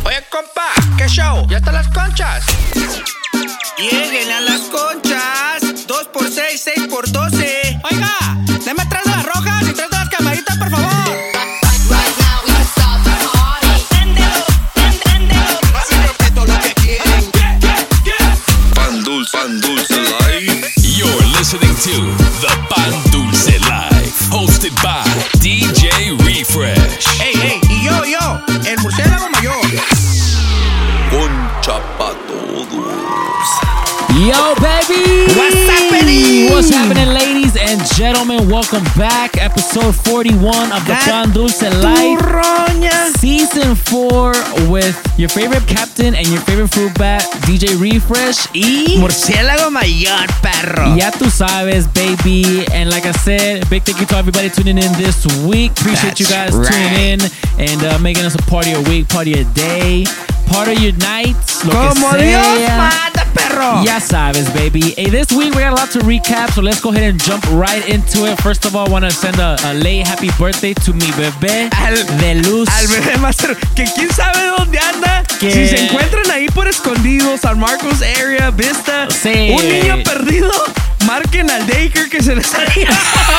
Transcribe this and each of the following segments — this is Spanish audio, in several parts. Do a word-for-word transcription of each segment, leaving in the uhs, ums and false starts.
Oye, compa, ¿qué show? ¿Ya están las conchas? Lleguen a las conchas. Dos por seis, seis por doce. Oiga, deme tres de las rojas y tres de las camaritas, por favor. Pan Dulce, Pan Dulce Live. You're listening to the Pan Dulce Live, hosted by D J Refresh. Hey, hey, y yo, yo, el murciélago mayor. Concha pa' todos. Yo, baby! What's happening? What's happening, ladies and gentlemen? Welcome back. Episode forty-one of the Pan Dulce Life. Turroña. Season four with your favorite captain and your favorite fruit bat, D J Refresh. Y Murciélago mayor, perro. ya tú sabes, baby. And like I said, big thank you to everybody tuning in this week. Appreciate That's you guys right. tuning in and uh, making us a party a week, party a day, part of your nights. Lo Como que Dios sea. manda, perro. Ya sabes, baby. Hey, this week we got a lot to recap, so let's go ahead and jump right into it. First of all, I want to send a, a late happy birthday to mi bebé Al- de luz. Al bebé master, que quién sabe dónde anda. ¿Qué? Si se encuentran ahí por escondidos, San Marcos area, Vista, Sí. un niño perdido, marquen al daycare que se les haría.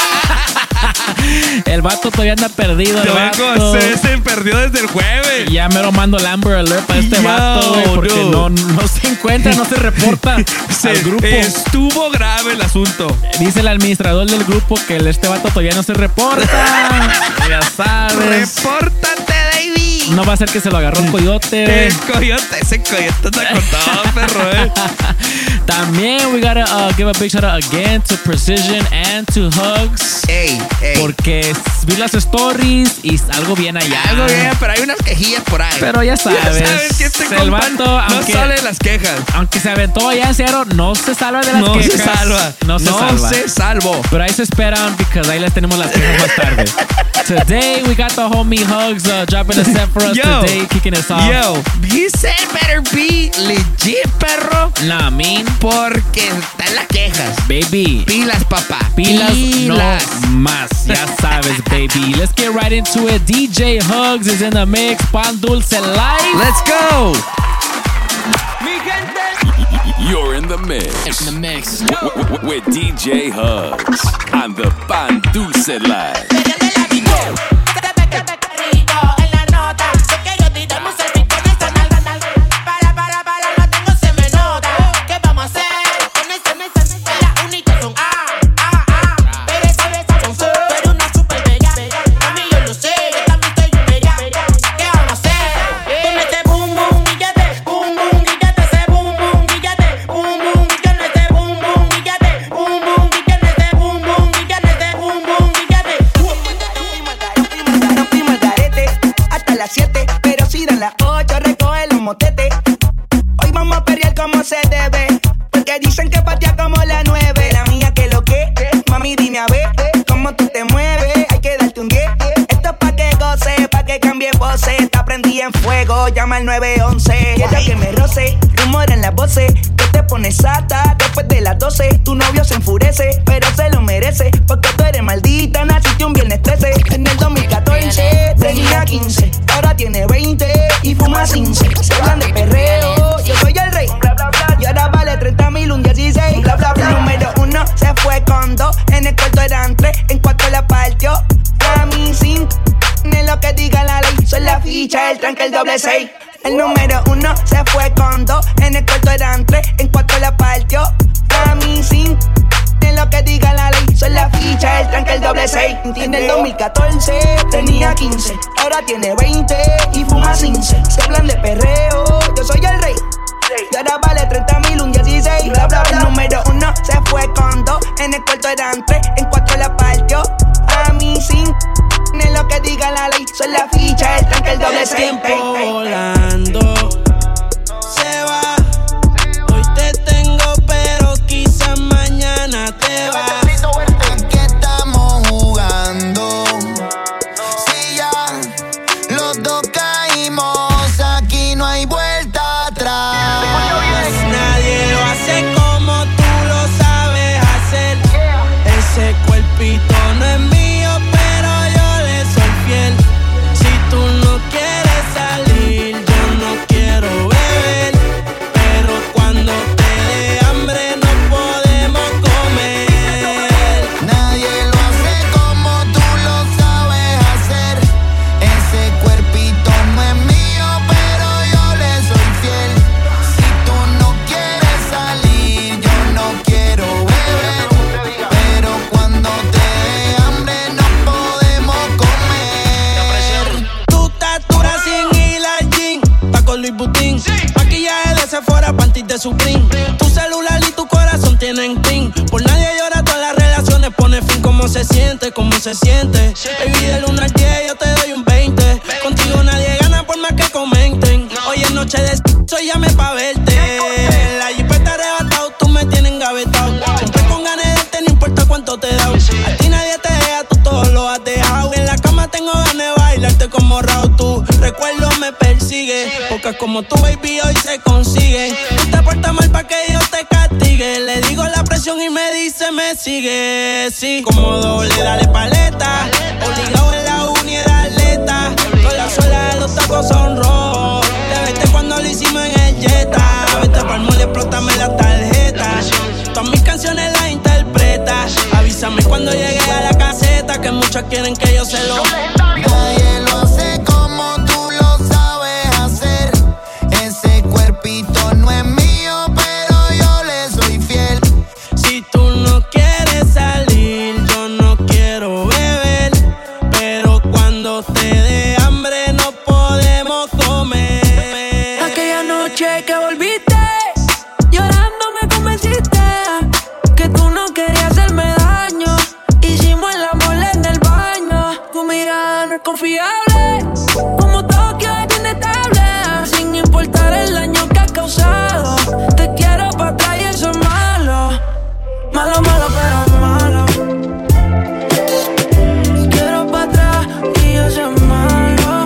El vato todavía anda perdido. El Yo vato. vengo, se, se perdió desde el jueves. Ya me lo mando el Amber Alert para este Yo, vato, güey, porque dude. no, no se encuentra, no se reporta Se- al grupo. Estuvo grave el asunto. Dice el administrador del grupo que el- este vato todavía no se reporta. Ya sabes. Repórtate, baby. No va a ser que se lo agarró un coyote, güey. El coyote, ese coyote está con todo, perro, eh. También we gotta uh, give a big shout out again to Precision and to Hugs. Ey, ey. Porque vi las stories y algo bien allá. Algo bien, pero hay unas quejillas por ahí. Pero ya sabes, Ya sabes que este el compa vato, no aunque- sale las quejas. Aunque se aventó allá en Seattle, no se salva de las No quejas. se salva. No se salva. se salvó. Pero ahí se esperan, because ahí les tenemos las quejas más tarde. Today we got the homie Hugs uh, dropping a set for us Yo. today, kicking us off. Yo, you said better be legit, perro. Nah, I mean, Porque están las quejas. baby. Pilas, papá. Pilas, Pilas. no más. Ya sabes, baby. Let's get right into it. D J Hugs is in the mix. Pan Dulce Live. Let's go. You're in the mix. In the mix. W- w- w- with D J Hugs on the Pan Dulce Live. Hoy vamos a pelear como se debe, porque dicen que patea como la nueve. La mía que lo que, mami dime a ver cómo tú te mueves, hay que darte un diez. Esto es pa' que goce, pa' que cambie voces. Está prendida en fuego, llama al nueve once. Quiero que me roce, rumor en las voces, que te pones sata después de las doce. Tu novio se enfurece, pero se lo merece, porque tú eres maldita, naciste un viernes trece. En el dos mil catorce tenía quince, ahora tiene veinte y fuma cince. Se hablan de perreo, yo soy el rey, bla bla bla, y ahora vale treinta mil un dieciséis, bla bla bla. Número uno se fue con dos, en el cuarto eran tres, en cuatro la partió. A mí sin en lo que diga la ley, soy la ficha, el tranque, el doble seis. El número uno se fue con dos, en el cuarto eran tres, en cuatro la partió. A mí sin en lo que diga la ley, soy la ficha, el tranque, el doble seis. En el dos mil catorce tenía quince, ahora tiene veinte y fuma cince. Se hablan de perreo, yo soy el rey, y ahora vale treinta mil un dieciséis, bla bla bla. El número uno se fue con dos, en el cuarto eran tres, en cuatro la partió. A mí sin en lo que diga la ley, soy la ficha, el tranque, el doble El seis. tiempo volando se va. Hoy te tengo, pero quizás mañana te va. ¿En qué estamos jugando? Si ya los dos caímos Supreme. Tu celular y tu corazón tienen pin. Por nadie llora, todas las relaciones pone fin. ¿Cómo se siente? ¿Cómo se siente? Baby, del uno al diez yo te doy un veinte. Contigo nadie gana por más que comenten. Hoy es noche de soy llame pa' verte. La jipeta arrebatado, tú me tienes engavetado. Siempre con ganas de darte, no importa cuánto te da. A ti nadie te deja, tú todo lo has dejado. En la cama tengo ganas de bailarte como Raúl. Tu recuerdo me persigue. Pocas como tú, baby, hoy se consiguen. Tú te portas mal pa' que Dios te castigue. Le digo la presión y me dice me sigue. Sí, como doble, dale paleta. Obligado en la uni era atleta. Con la suela de los tacos son rojos. Te vete cuando lo hicimos en el Jetta. Vete pa'l mall y explótame la tarjeta. Todas mis canciones las interpretas. Avísame cuando llegue a la caseta, que muchas quieren que yo se lo. Nadie lo hace como tú lo sabes hacer. Ese cuerpito no es mío, pero yo le soy fiel. Si tú no quieres salir, yo no quiero beber. Pero cuando te dé hambre no podemos comer. Aquella noche que volviste, llorando me convenciste que tú no querías hacerme daño. Hicimos el amor en el baño. Tu mirada no es confiable, como Tokio es inestable. Sin importar el daño que has causado, te quiero pa' atrás y eso es malo. Malo, malo, pero malo. Te quiero pa' atrás y eso es malo.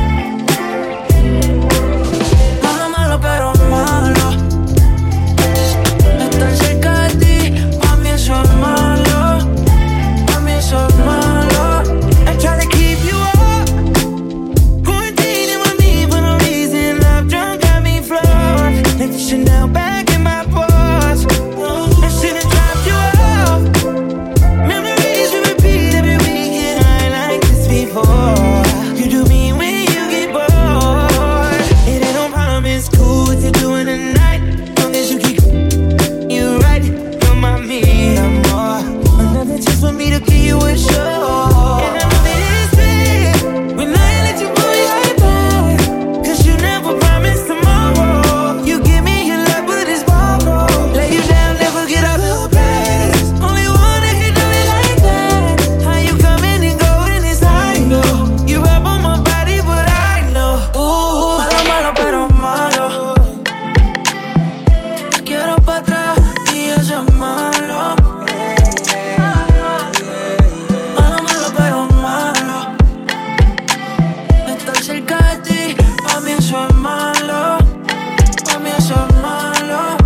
Malo, malo, pero malo. Estar cerca de ti, pa' mí eso es malo. Pa' mí eso es malo. I try to keep you up, quarantine in my knee for no reason. Love drunk got me flawed. Like the Chanel back in my purse. I should've dropped you off. Memories we repeat every weekend. I ain't like this before. You do me when you get bored. It ain't no problem, it's cool what you're doing tonight. Long as you keep you right, you're my me, I'm more. Another chance for me to give you a show. And I know that it's bad when I let you pull your back, 'cause you never promised tomorrow. You give me your love, but it's borrowed. Lay you down, never get out of bed. Only one that can do it like that. How you coming and going is I know. You rub on my body, but I know. Ooh, malo, malo, pero malo. Te quiero pa' atrás y eso es malo. Malo, malo, pero malo. Estar cerca de ti, pa' mí eso es malo. Pa' mí eso es malo.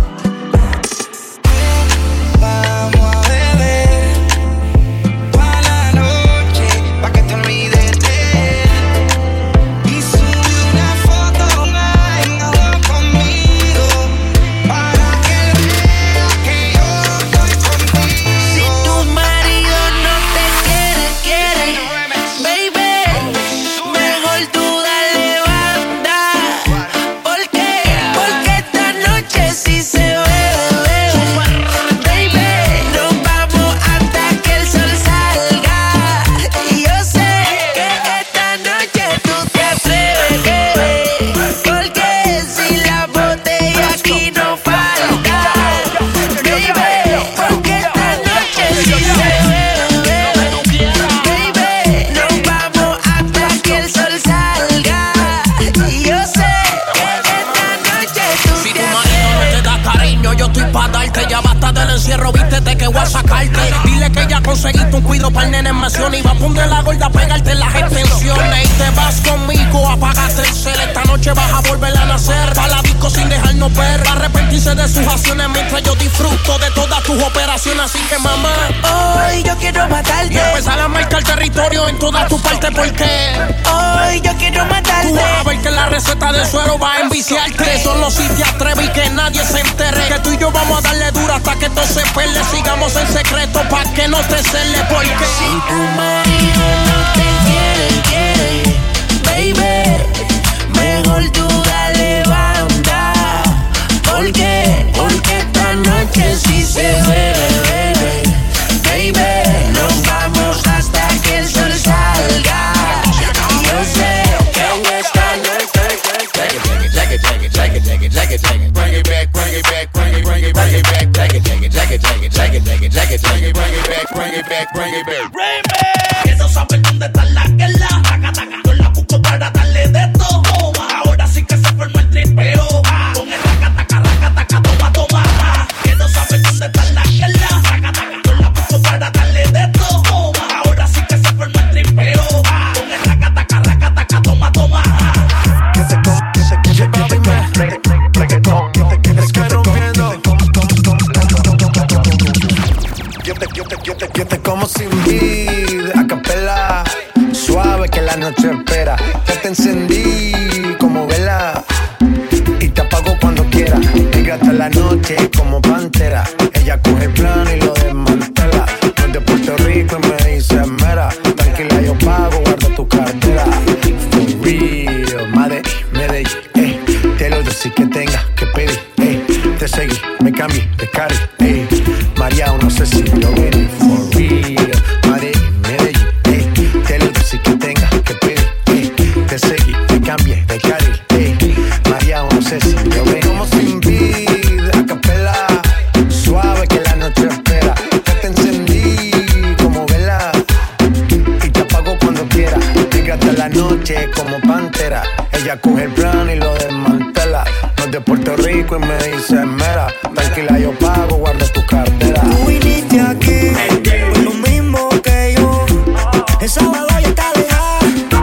Vamos a beber toda la noche pa' que te olvides de él. Y sube una foto bailando conmigo para que él vea que yo estoy contigo. Si tu marido no te quiere, quiere, baby, mejor tú dale banda. ¿Por qué? Porque esta noche sí se bebe, baby. Nos vamos hasta que el sol salga. Y yo sé que esta noche tú te atreves, porque si la botella aquí no falta, baby. Porque esta noche sí se bebe, baby. Nos vamos hasta que el sol salga. Y yo sé que esta noche tú Si te tu marido no te da cariño, yo estoy pa' darte. Ya basta del encierro, vístete que voy a sacarte. Dile que ya conseguiste un cuido para el nene en mansión. Y va a poner la gorda a pegarte las extensiones. Y te vas conmigo a pagarte el cel. Esta noche vas a volver a nacer. Pa' la disco sin dejarnos ver. Va a arrepentirse de sus acciones mientras yo disfruto de todas tus operaciones. Así que mamá, Hoy yo quiero y matarte. empezar a marcar territorio en todas tus partes. Porque Hoy yo quiero tú vas a matarte. ver que la receta de suero va a enviciarte. Solo si te atreves y que nadie se enterre. Que tú y yo vamos a darle duro hasta que todo se pele. Sigamos en secreto pa' que no te cele. Porque Si tu marido no te quiere, quiere, baby, mejor tú dale banda. ¿Por qué? Porque esta noche sí se bebe, baby. Nos vamos hasta que el sol salga. Y yo sé que en esta noche Take it, take it, take it, take it, take it, take it, take it, take it. Bring it back, bring it back. back, bring it back, bring it back. Quiero saber dónde está la que la taca, taca. Yo la busco para darle de todo. Ahora sí que se formó el tripeo. Con el taca, taca, raca, taca, toma, toma. Quiero saber dónde está la que la taca, taca. Yo la busco para darle de todo. Ahora sí que se formó el tripeo. Con el taca, taca, raca, taca, toma, toma. Que se con, que se que se que te reggaetón, que te que te rompiendo. Yo te, yo te, yo te, yo te como sin vid, a capela, suave que la noche espera. Ya te encendí como vela y te apago cuando quiera. Negra hasta la noche como pantera. Ella coge el plano y lo desmantela. No es de Puerto Rico y me dice mera. Tranquila yo pago, guarda tu cartera. For real, madre, Medellín, eh. Te lo doy que tenga que pedir, eh. Te seguí, me cambié de carry, eh. María, no sé si lo ven. For real, madre, Medellín, eh. Te lo doy que tenga que pedir, eh. Te seguí, me cambié de carry, eh. María, no sé si lo ven. Como sin vid, a capela, suave que la noche espera. Ya te encendí como vela y te apago cuando quiera. Llega hasta la noche como pantera. Ella coge el plano y lo desmantela. No es de Puerto Rico y me dice mera. Tranquila yo pago, guarda tu cartera. Tú viniste aquí por lo mismo que yo. El sábado ya está dejada.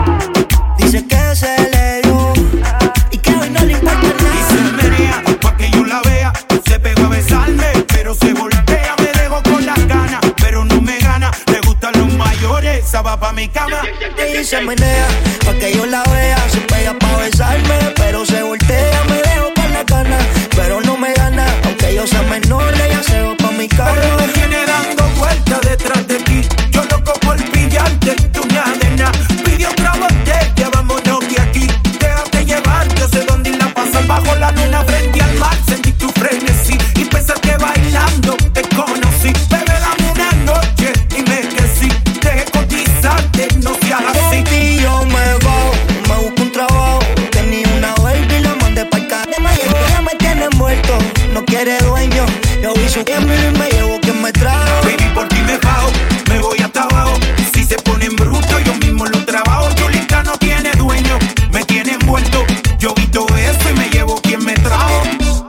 Dice que se le dio y que hoy no le importa nada. Y se menea pa' que yo la vea. Se pegó a besarme, pero se voltea. Me dejó con las ganas, pero no me gana. Le gustan los mayores, esa va pa' mi cama. Y se menea pa' que yo la vea. Se pega pa' besarme, pero se voltea. Me dejo con la gana, pero no me gana. Aunque yo sea menor, ella se va pa' mi cama. Pero me tiene dando vueltas detrás de ti. Yo loco por pillarte, tú nada. Pide otra botella, vámonos de aquí. Déjate llevar, yo sé dónde la pasar. Bajo la luna frente al mar, sentí tu frenesí. Y pensar que bailando te conocí. Bebé, dame una noche y me crecí. Deje cotizarte, no seas así. Y yo me voy, me busco un trabajo. Tenía una baby, la mandé pa'l carro. Ella me tiene muerto, no quiere dueño. Yo vi su cambio y me llevo quien me trajo. Baby, por ti me bajo, me voy hasta abajo. Si se ponen brutos, yo mismo lo trabajo. Yulita no tiene dueño, me tiene envuelto. Yo quito eso y me llevo quien me trajo.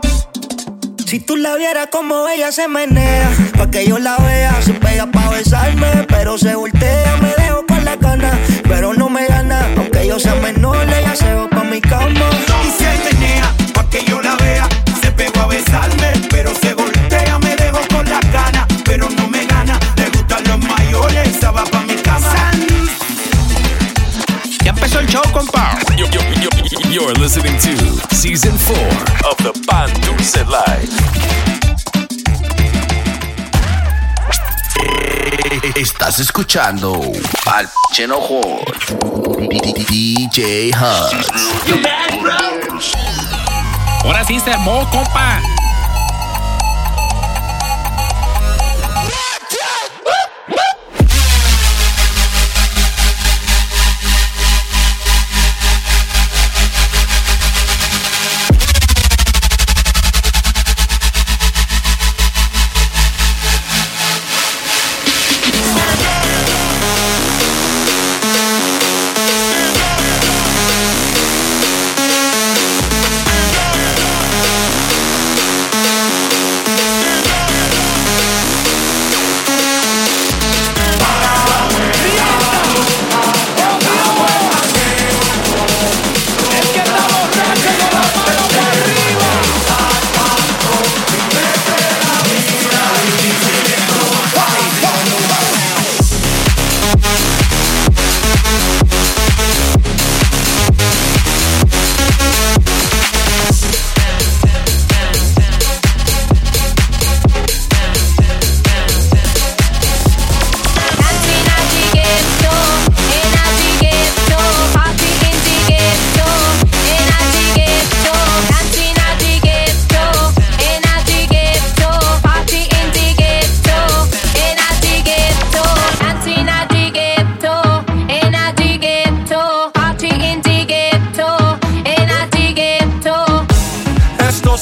Si tú la vieras como ella se menea, pa' que yo la vea. Se pega pa' besarme, pero se voltea. Me dejo con la gana, pero no me gana. Aunque yo sea menor, ella se va pa' mi cama. Y se menea, pa' que yo la vea. Se pegó a besarme, pero se voltea. Me dejo con la gana, pero no me gana. Le gustan los mayores, esa va pa' mi cama. Ya empezó el show, compa. You're, you're, you're listening to Season four of the Pan Dulce Life. Estás escuchando al Chenojo D J Hutz. Ahora sí se armó, compa.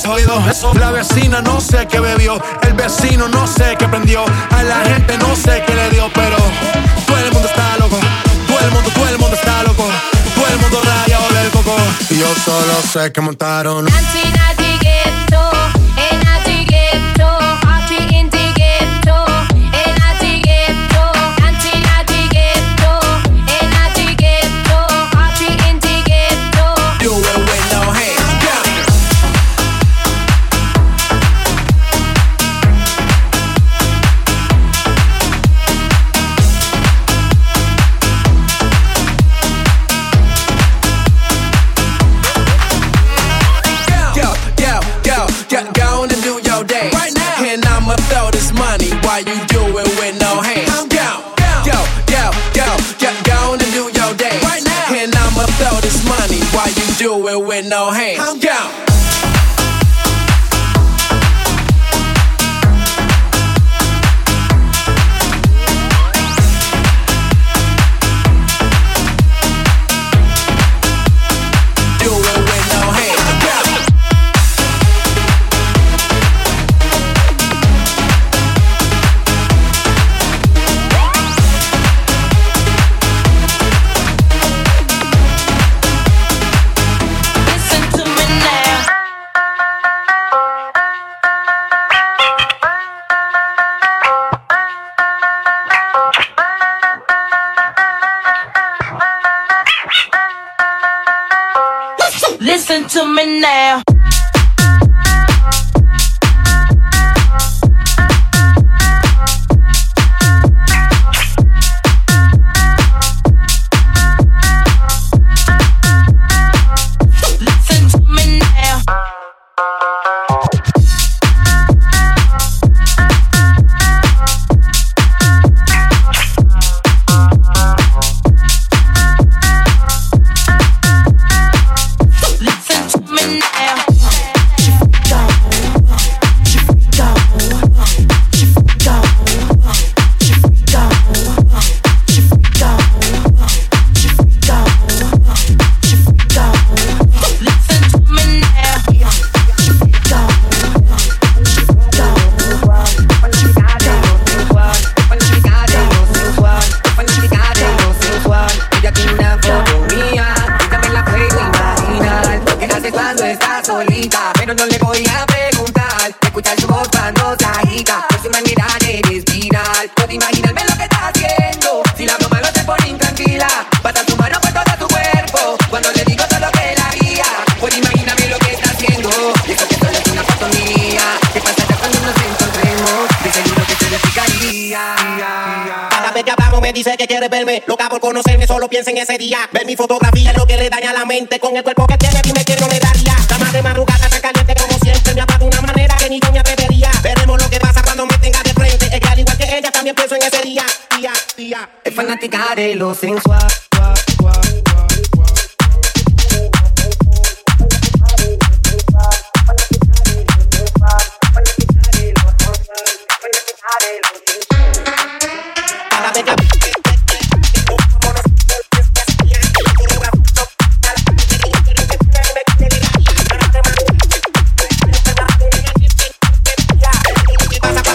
jodido. Eso, la vecina no sé qué bebió, el vecino no sé qué prendió, a la gente no sé qué le dio, pero todo el mundo está loco, todo el mundo, todo el mundo está loco, todo el mundo rayado del coco. Y yo solo sé que montaron. Do it with no hands. Go. Listen to me now. Listen to me now. Dice que quiere verme, loca por conocerme, solo piensa en ese día. Ver mi fotografía es lo que le daña la mente. Con el cuerpo que tiene, dime que no le daría. Cama de madrugada tan caliente como siempre, me apaga de una manera que ni yo me atrevería. Veremos lo que pasa cuando me tenga de frente. Es que al igual que ella también pienso en ese día, día, día. Es fanática de lo sensual.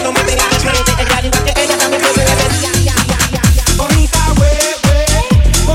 Bonita, güey, güey.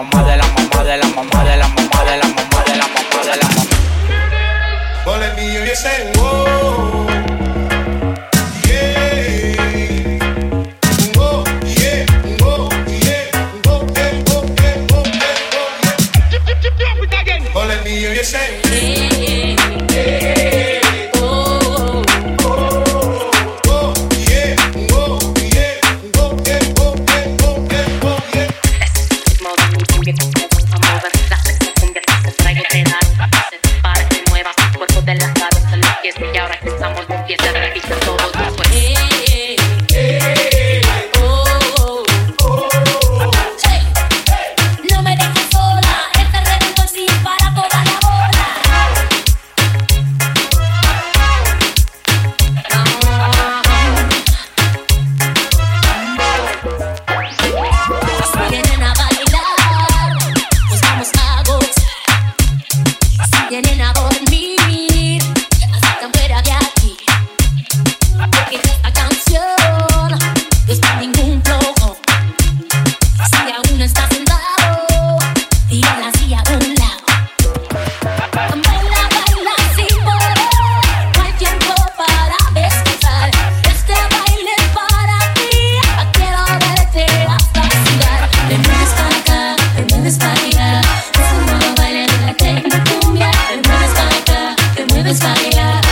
mamá de la mamá de la mamá de la mamá de la mamá de la mamá de la mamá. Well, let me hear you say, whoa, yeah, whoa, yeah, whoa, yeah, whoa, yeah, whoa, yeah, whoa, yeah, yeah. Well, let me hear you say, yeah, yeah, whoa, whoa, yeah, whoa, yeah, whoa, yeah, whoa, yeah, whoa, yeah, whoa, yeah. De las cabezas, los pies y ahora que estamos de fiesta, repito todo tu cuerpo. Hey, hey, oh, oh, oh, oh. Hey, no me dejes sola, este reto es ir para toda la bola. Si vienen a bailar, pues vamos a gozar. Si vienen a dormir, fuera de aquí, porque esta canción no está ningún flojo. Si aún no estás sentado, tírala así a un lado. Baila, baila sin parar, no hay tiempo para descansar. Este baile es para ti, quiero verte hasta sudar. Te mueves para acá, te mueves para allá, es un nuevo baile de la tecnocumbia. Te mueves para acá, te mueves para allá.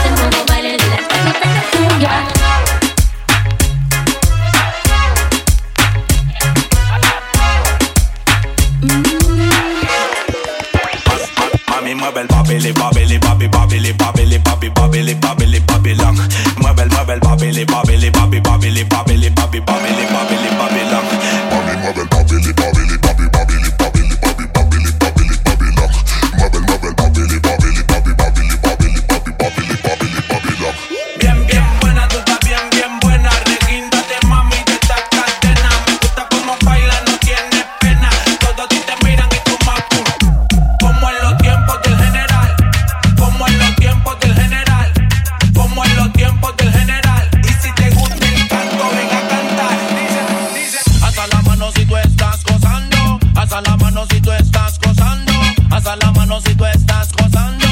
Mueve el babili, babili, babi, babili, babili, babi, babili, babili, babilán. Mueve el, mueve el babili, babili, babi, babili, babili, babi, babili, babili, babilán. Mami, mueve el babili, babili, babi, babili, babili, babi, babili, babili, babilán. Mueve el, mueve el babili, babili, babi, babili, babili, babi, babili, babili, babilán. Bien, bien buena, tú estás bien, bien buena. Reguíndate, mami, de esta cadena. Me gusta cómo baila, no tienes pena. Todos ti te miran y tú más cool. Como en los tiempos del general, como en los tiempos del general, como en los tiempos del general. Y si te gusta el canto, ven a cantar. Dice, dice. Alza la mano si tú estás gozando, alza la mano si tú estás gozando, alza la mano si tú estás gozando.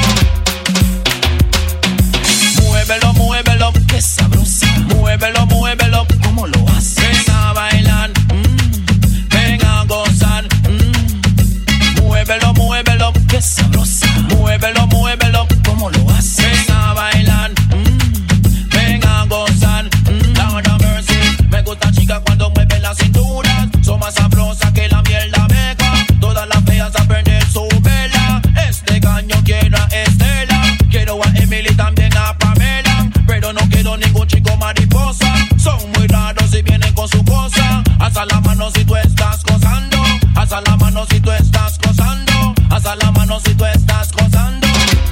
Muévelo, muévelo, qué sabrosa. Muévelo, muévelo, ¿cómo lo haces? Ven a bailar, mmm, ven a gozar, mmm. Muévelo, muévelo, qué sabrosa. Muévelo, muévelo, ¿cómo lo haces? Ven a bailar, mmm, ven a gozar, mmm. Lord have mercy. Me gusta chica cuando mueve la cintura. Son más sabrosas que la miel la meca. Todas las feas a perder su vela. Este caño quiero a Estela. Quiero a Emily, también a Pamela. Pero no quiero ningún chico mariposa. Son muy raros y vienen con su cosa. Alza la mano si tú estás gozando. Alza la mano si tú estás gozando. Alza la mano si tú estás gozando.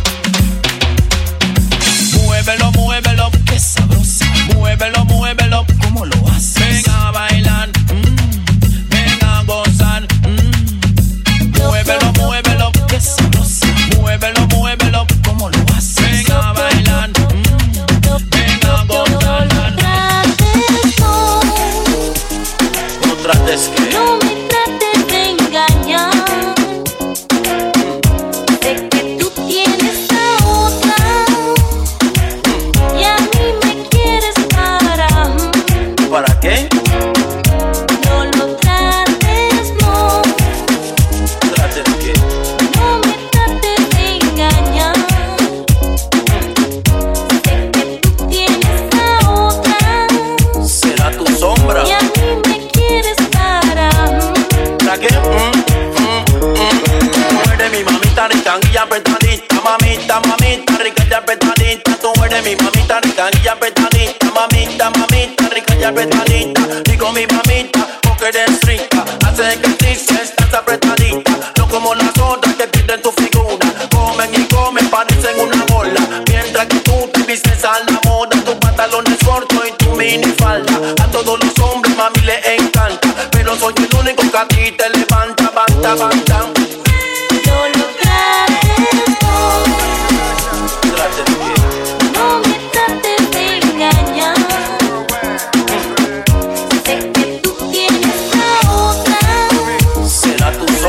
Muévelo, muévelo, qué sabrosa. Muévelo, muévelo, ¿cómo lo haces? Ven a bailar, mmm, ven a gozar, mmm. Muévelo, muévelo, qué sabrosa. Muévelo, muévelo, ¿cómo lo haces? Ven a bailar, mmm, ven a gozar. No trates que No me trates de engañar. Sé que tú tienes a otra y a mí me quieres para. ¿Para qué? No lo trates, no. ¿Trates qué? No me trates de engañar. Sé que tú tienes a otra ¿Será tu sombra? y a mí me quieres para. ¿Para qué? Mm, mm, mm. Tú eres mi mamita rica y apretadita. Mamita, mamita rica y apretadita. Tú eres mi mamita rica y apretadita. Mamita, mamita rica y apretadita. Digo mi mamita porque eres rica. Hace ejercicio, estás apretadita. No como las otras que pierden tu figura. Comen y comen, parecen una bola. Mientras que tú te vistes a la moda. Tus pantalones cortos y tu minifalda. A todos los hombres mami les encanta. Pero soy el único que a ti te levanta, banta, banta. No lo trates, no. Trates que No me trates de engañar. Sé que tú tienes a otra será tu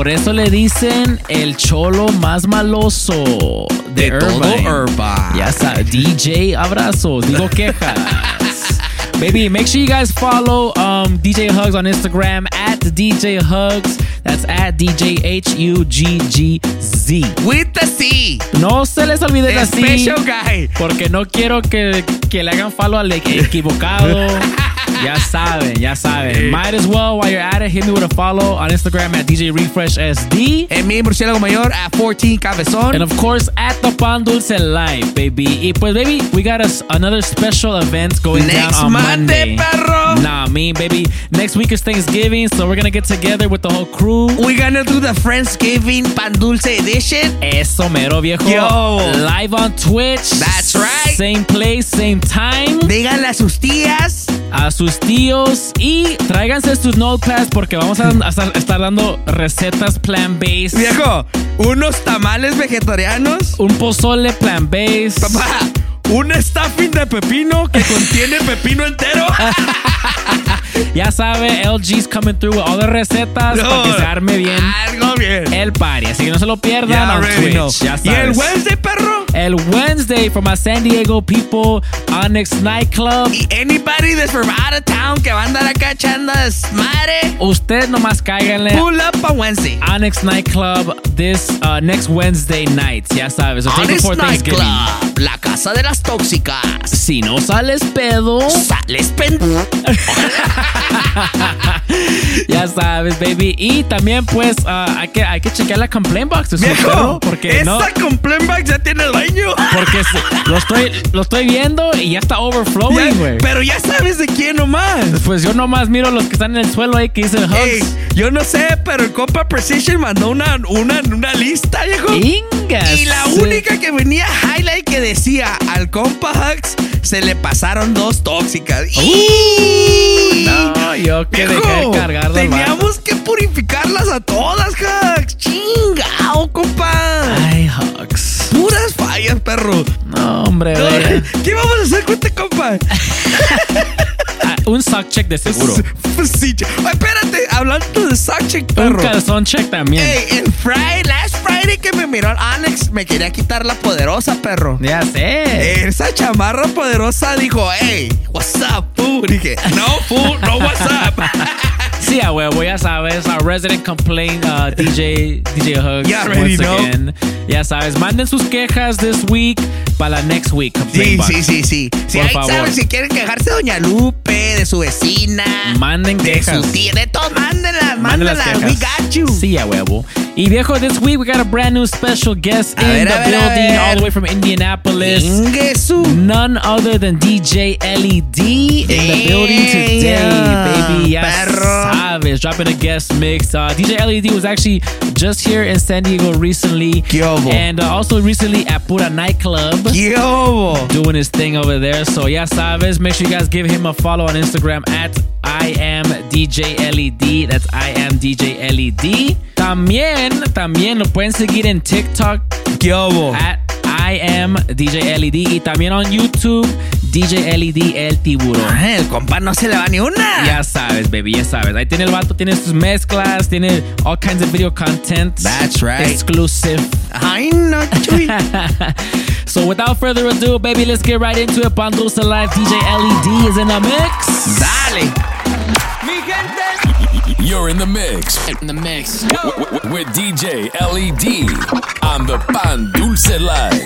eso le dicen el cholo más maloso de, de todo Irvine. Irvine. Ya está, D J Abrazo, digo quejas. Baby, make sure you guys follow um, D J Hugs on Instagram at D J Hugs. That's at D J H U G G Z. With the C. No se les olvide la C. Special guy. Porque no quiero que, que le hagan follow al equivocado. Ya saben, ya saben. Might as well, while you're at it, hit me with a follow on Instagram at D J Refresh S D. En mi Murciélago Mayor at fourteen Cabezón. And of course, at the Pan Dulce Live, baby. Y pues, baby, we got us another special event going Next down on Monday, Monday. perro. Nah, me, baby. Next week is Thanksgiving, so we're gonna get together with the whole crew. We're gonna do the Friendsgiving Pan Dulce edition. Eso mero, viejo. Yo. Live on Twitch. That's right. Same place, same time. Díganle a sus tías. A sus tíos. Y tráiganse sus notepads porque vamos a, a estar, estar dando recetas plant-based. Viejo, unos tamales vegetarianos. Un pozole plant-based. Papá, un stuffing de pepino que contiene pepino entero. Ya sabe, L G's coming through with all the recetas No, para que se arme bien. Algo bien. El party. Así que no se lo pierdan Yeah, on already Twitch. know. Ya ¿Y el sabes. Wednesday, perro? El Wednesday for my San Diego people, Onyx Nightclub. Y anybody that's from out of town que va a andar acá echando desmadre. Usted nomás cáiganle. Pull up on Wednesday. Onyx Nightclub this uh, next Wednesday night. Ya sabes. So take Onyx before Thanksgiving. Nightclub, la casa de las tóxicas. Si no sales pedo, sales pendejo. Ya sabes, baby. Y también, pues, uh, hay, que, hay que chequear la complaint box de su Viejo, perro, porque esa no. complaint box ya tiene el año. Porque se- lo, estoy, lo estoy viendo y ya está Ya, overflowing, güey. pero ya sabes de quién nomás. Pues yo nomás miro los que están en el suelo ahí que dicen Ey, hugs. yo no sé, pero el compa Precision mandó una, una, una lista, viejo. Ingas. Y la única que venía highlight que decía al compa Hugs se le pasaron dos tóxicas. ¡Y! No, yo que Viejo, dejé de cargar teníamos que purificarlas a todas, Hugs. Chingao, compa. Ay, hugs. Puras fallas, perro. No, hombre, güey. ¿Qué vamos a hacer con este compa? Ah, un sock check de seguro. Sí, ay, espérate, hablando de sock check, Un perro. calzón check también. Ey, en Friday, last Friday que me miró Alex, me quería quitar la poderosa, perro. Ya sé. Esa chamarra poderosa dijo, hey, what's up, fool? Dije, no, fool, no, what's up. Sí, a huevo, ya sabes. Our resident complaint uh, D J, D J Hugs. You already once know. again. Ya sabes, manden sus quejas this week para la next week. Sí, complaint box. sí, sí, sí. Si Por ahí favor. saben, si quieren quejarse de Doña Lupe, de su vecina, Manden de quejas. su tía, de todos, mándenlas, Manden las mándenlas. We quejas. got you. Sí, a huevo. Y viejo, this week we got a brand new special guest A in ver, the a ver, a building, ver. all the way from Indianapolis. Ingesu. None other than D J L E D in the building today, baby. Ya Perro. sabes, dropping a guest mix. Uh, D J L E D was actually just here in San Diego recently. ¿Qué hubo? And uh, also recently at Pura Nightclub. ¿Qué hubo? Doing his thing over there. So ya sabes, make sure you guys give him a follow on Instagram at I am D J L E D. That's I am D J L E D. También, también lo pueden seguir en TikTok. ¿Qué hubo? At I am D J L E D. Y también on YouTube, D J L E D El Tiburón. Ay, el compa no se le va ni una. Ya sabes, baby, ya sabes. Ahí tiene el vato, tiene sus mezclas, tiene all kinds of video content. That's right. Exclusive. Ay, no, chuy. So without further ado, baby, let's get right into it. Pan Dulce Live, D J L E D is in the mix. Dale. Mi gente. You're in the mix. In the mix. With D J L E D on the Pan Dulce Live.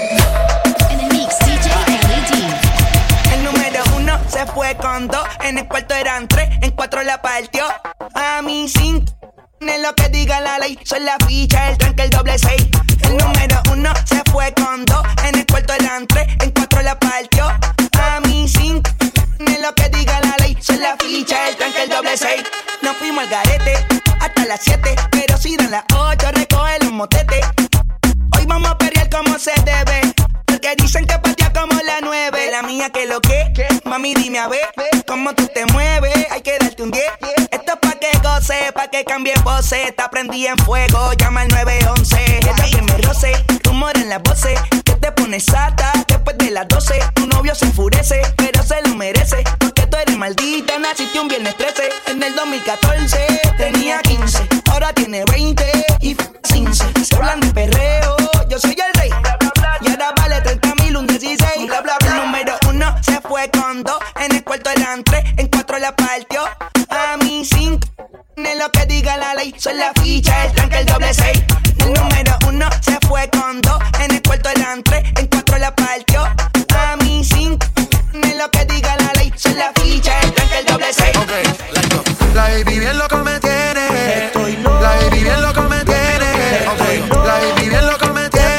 In the mix, D J L E D. El número uno se fue con dos, en el cuarto eran tres, en cuatro la partió. A mí cinco, en lo que diga la ley, son la ficha, el tranque, el doble seis. El número uno se fue con dos, en el cuarto eran tres, en cuatro la partió. A mí cinco, en lo que diga la ley, son la ficha, el tranque, el doble seis. Nos fuimos al garete hasta las siete, pero si dan las ocho, recoge los motetes. Hoy vamos a perrear como se debe, porque dicen que patea como la nueve. La mía que lo que, mami dime a ver cómo tú te mueves, hay que darte un diez. Esto es pa' que goce, pa' que cambie voces. Está prendí en fuego, llama al nueve once. Ella que me roce, rumor en las voces, que te pones sata después de las doce. Tu novio se enfurece, pero se lo merece, porque tú eres maldita, naciste un viernes trece. En el dos mil catorce tenía quince, ahora tiene veinte y quince. Se hablan de perreo, yo soy el rey. Y ahora vale treinta mil, un dieciséis. Bla, bla, bla. El número uno se fue con dos. En el cuarto eran tres, en cuatro la partió. A mí cinco, en lo que diga la ley. Soy la ficha, el tranque, el doble seis. El número uno se fue con dos. En el cuarto eran tres, en cuatro la partió. A mí cinco, en lo que diga la ley. Soy la ficha, el tranque, el doble seis. Okay, let's go. La baby bien loco me tiene. Estoy loco. La baby bien loco me tiene. Okay, la baby bien loco me tiene.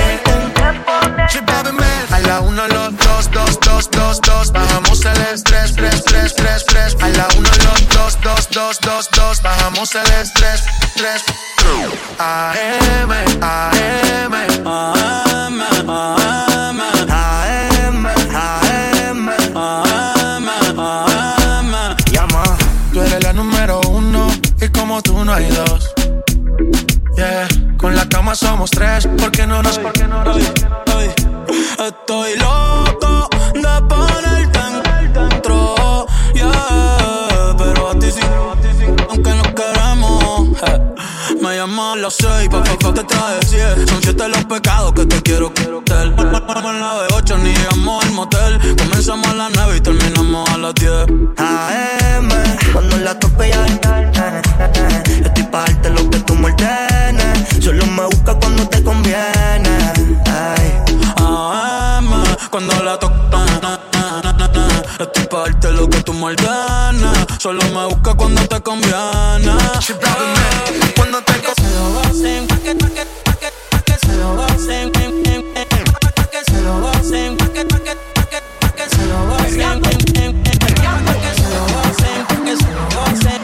A la uno, los dos, dos, dos, dos, dos. Bajamos el estrés, tres, tres, tres, tres. A la uno, los dos, dos, dos, dos, dos. Bajamos el estrés, tres. A M, A M, A M, A M, A M, A M, A M, A M. Llama, tú eres la número uno y como tú no hay dos. Yeah, con la cama somos tres, ¿por qué no nos? ¿Por qué no nos? Ay, ay, estoy loco de ponerte dentro, yeah, pero a ti sí, aunque no queremos. Eh. Me llamas a las seis, pa' pa' pa' que traje siete. Son siete los pecados que te quiero cometer. Vamos a la de ocho, ni llegamos al motel. Comenzamos a las nueve y terminamos a las diez. A M, cuando la tope ya estoy pa' darte lo que tú me ordenes. Solo me busca cuando te conviene. Ay. A M, cuando la tope estoy pa' darte lo que tú me ordenes. Solo me busca cuando te conviene. Cuando te co- se lo gocen, pa' que, pa' que, pa' que, pa' que se lo gocen, pa' que se lo gocen, pa' que, pa' que, pa' que, pa' que se lo gocen, pa' que se lo gocen, pa' que se lo gocen,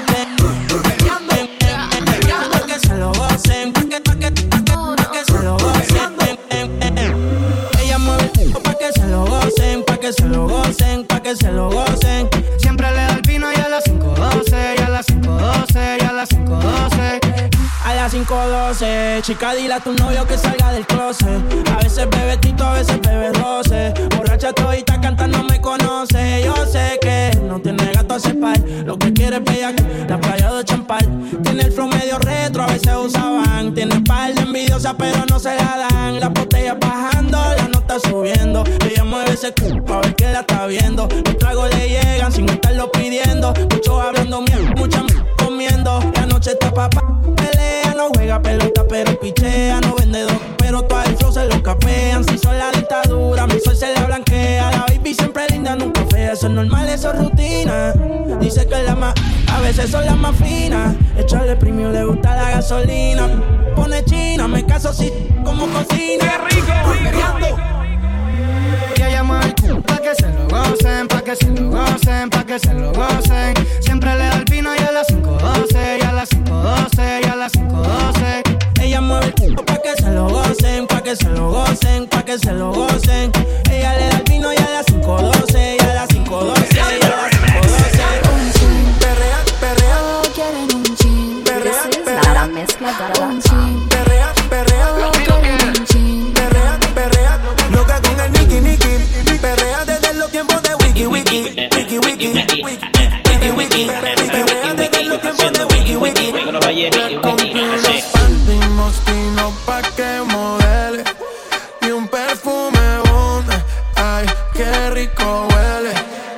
pa' que se lo gocen, pa' que, pa' que, pa' que, pa' que se lo gocen. Ella mueve el pa' que se lo gocen, pa' que se lo gocen, pa' que se lo gocen. Siempre le da el vino y a las cinco doce, y a las cinco doce, y a las cinco doce. A las cinco doce, chica, dile a tu novio que salga del closet. A veces bebe tito, a veces bebe roce. Borracha todita cantando me conoce. Yo sé que no tiene gato a cepar. Lo que quiere es bella, la playa de champal. Tiene el flow medio retro, a veces usaban. Tiene par de envidiosa, pero no se la dan. Las botellas bajando, la nota subiendo. Ella mueve ese c*** pa' ver que la está viendo. Los tragos le llegan sin estarlo pidiendo. Muchos hablando mierda, mucha mierda comiendo. La noche está papá. No juega pelota pero pichea, no vende dos, pero todo el flow se lo capean. Si son la dictadura, mi sol se la blanquea. La baby siempre linda, nunca fea, eso es normal, eso es rutina. Dice que es la más, a veces son las más finas. Echarle premio, le gusta la gasolina. Pone china, me caso si como cocina. ¡Qué rico! rico. Y ella mueve el c*** pa' que se lo gocen, pa' que se lo gocen, pa' que se lo gocen. Siempre le da el vino y a las cinco doce, y a las cinco doce, y a las cinco doce. Ella mueve el c*** pa' que se lo gocen, pa' que se lo gocen, pa' que se lo gocen. Ella le da el vino y a las cinco doce, y a las cinco doce, y a las cinco doce. Perrea, perrea, Quieren un chin. perrea, This is perrea, la mezcla de la chin. perrea, perrea, Quieren un chin. perrea, perrea. Loca con el Nicky Nicky. Perrea desde los tiempos de Wiki Wiki. Wiki Wiki. Wiki Wiki. Perrea desde los tiempos de Wiki Wiki. Le compré unos panty moschino pa' que modele y un perfume Bond. Ay, qué rico huele.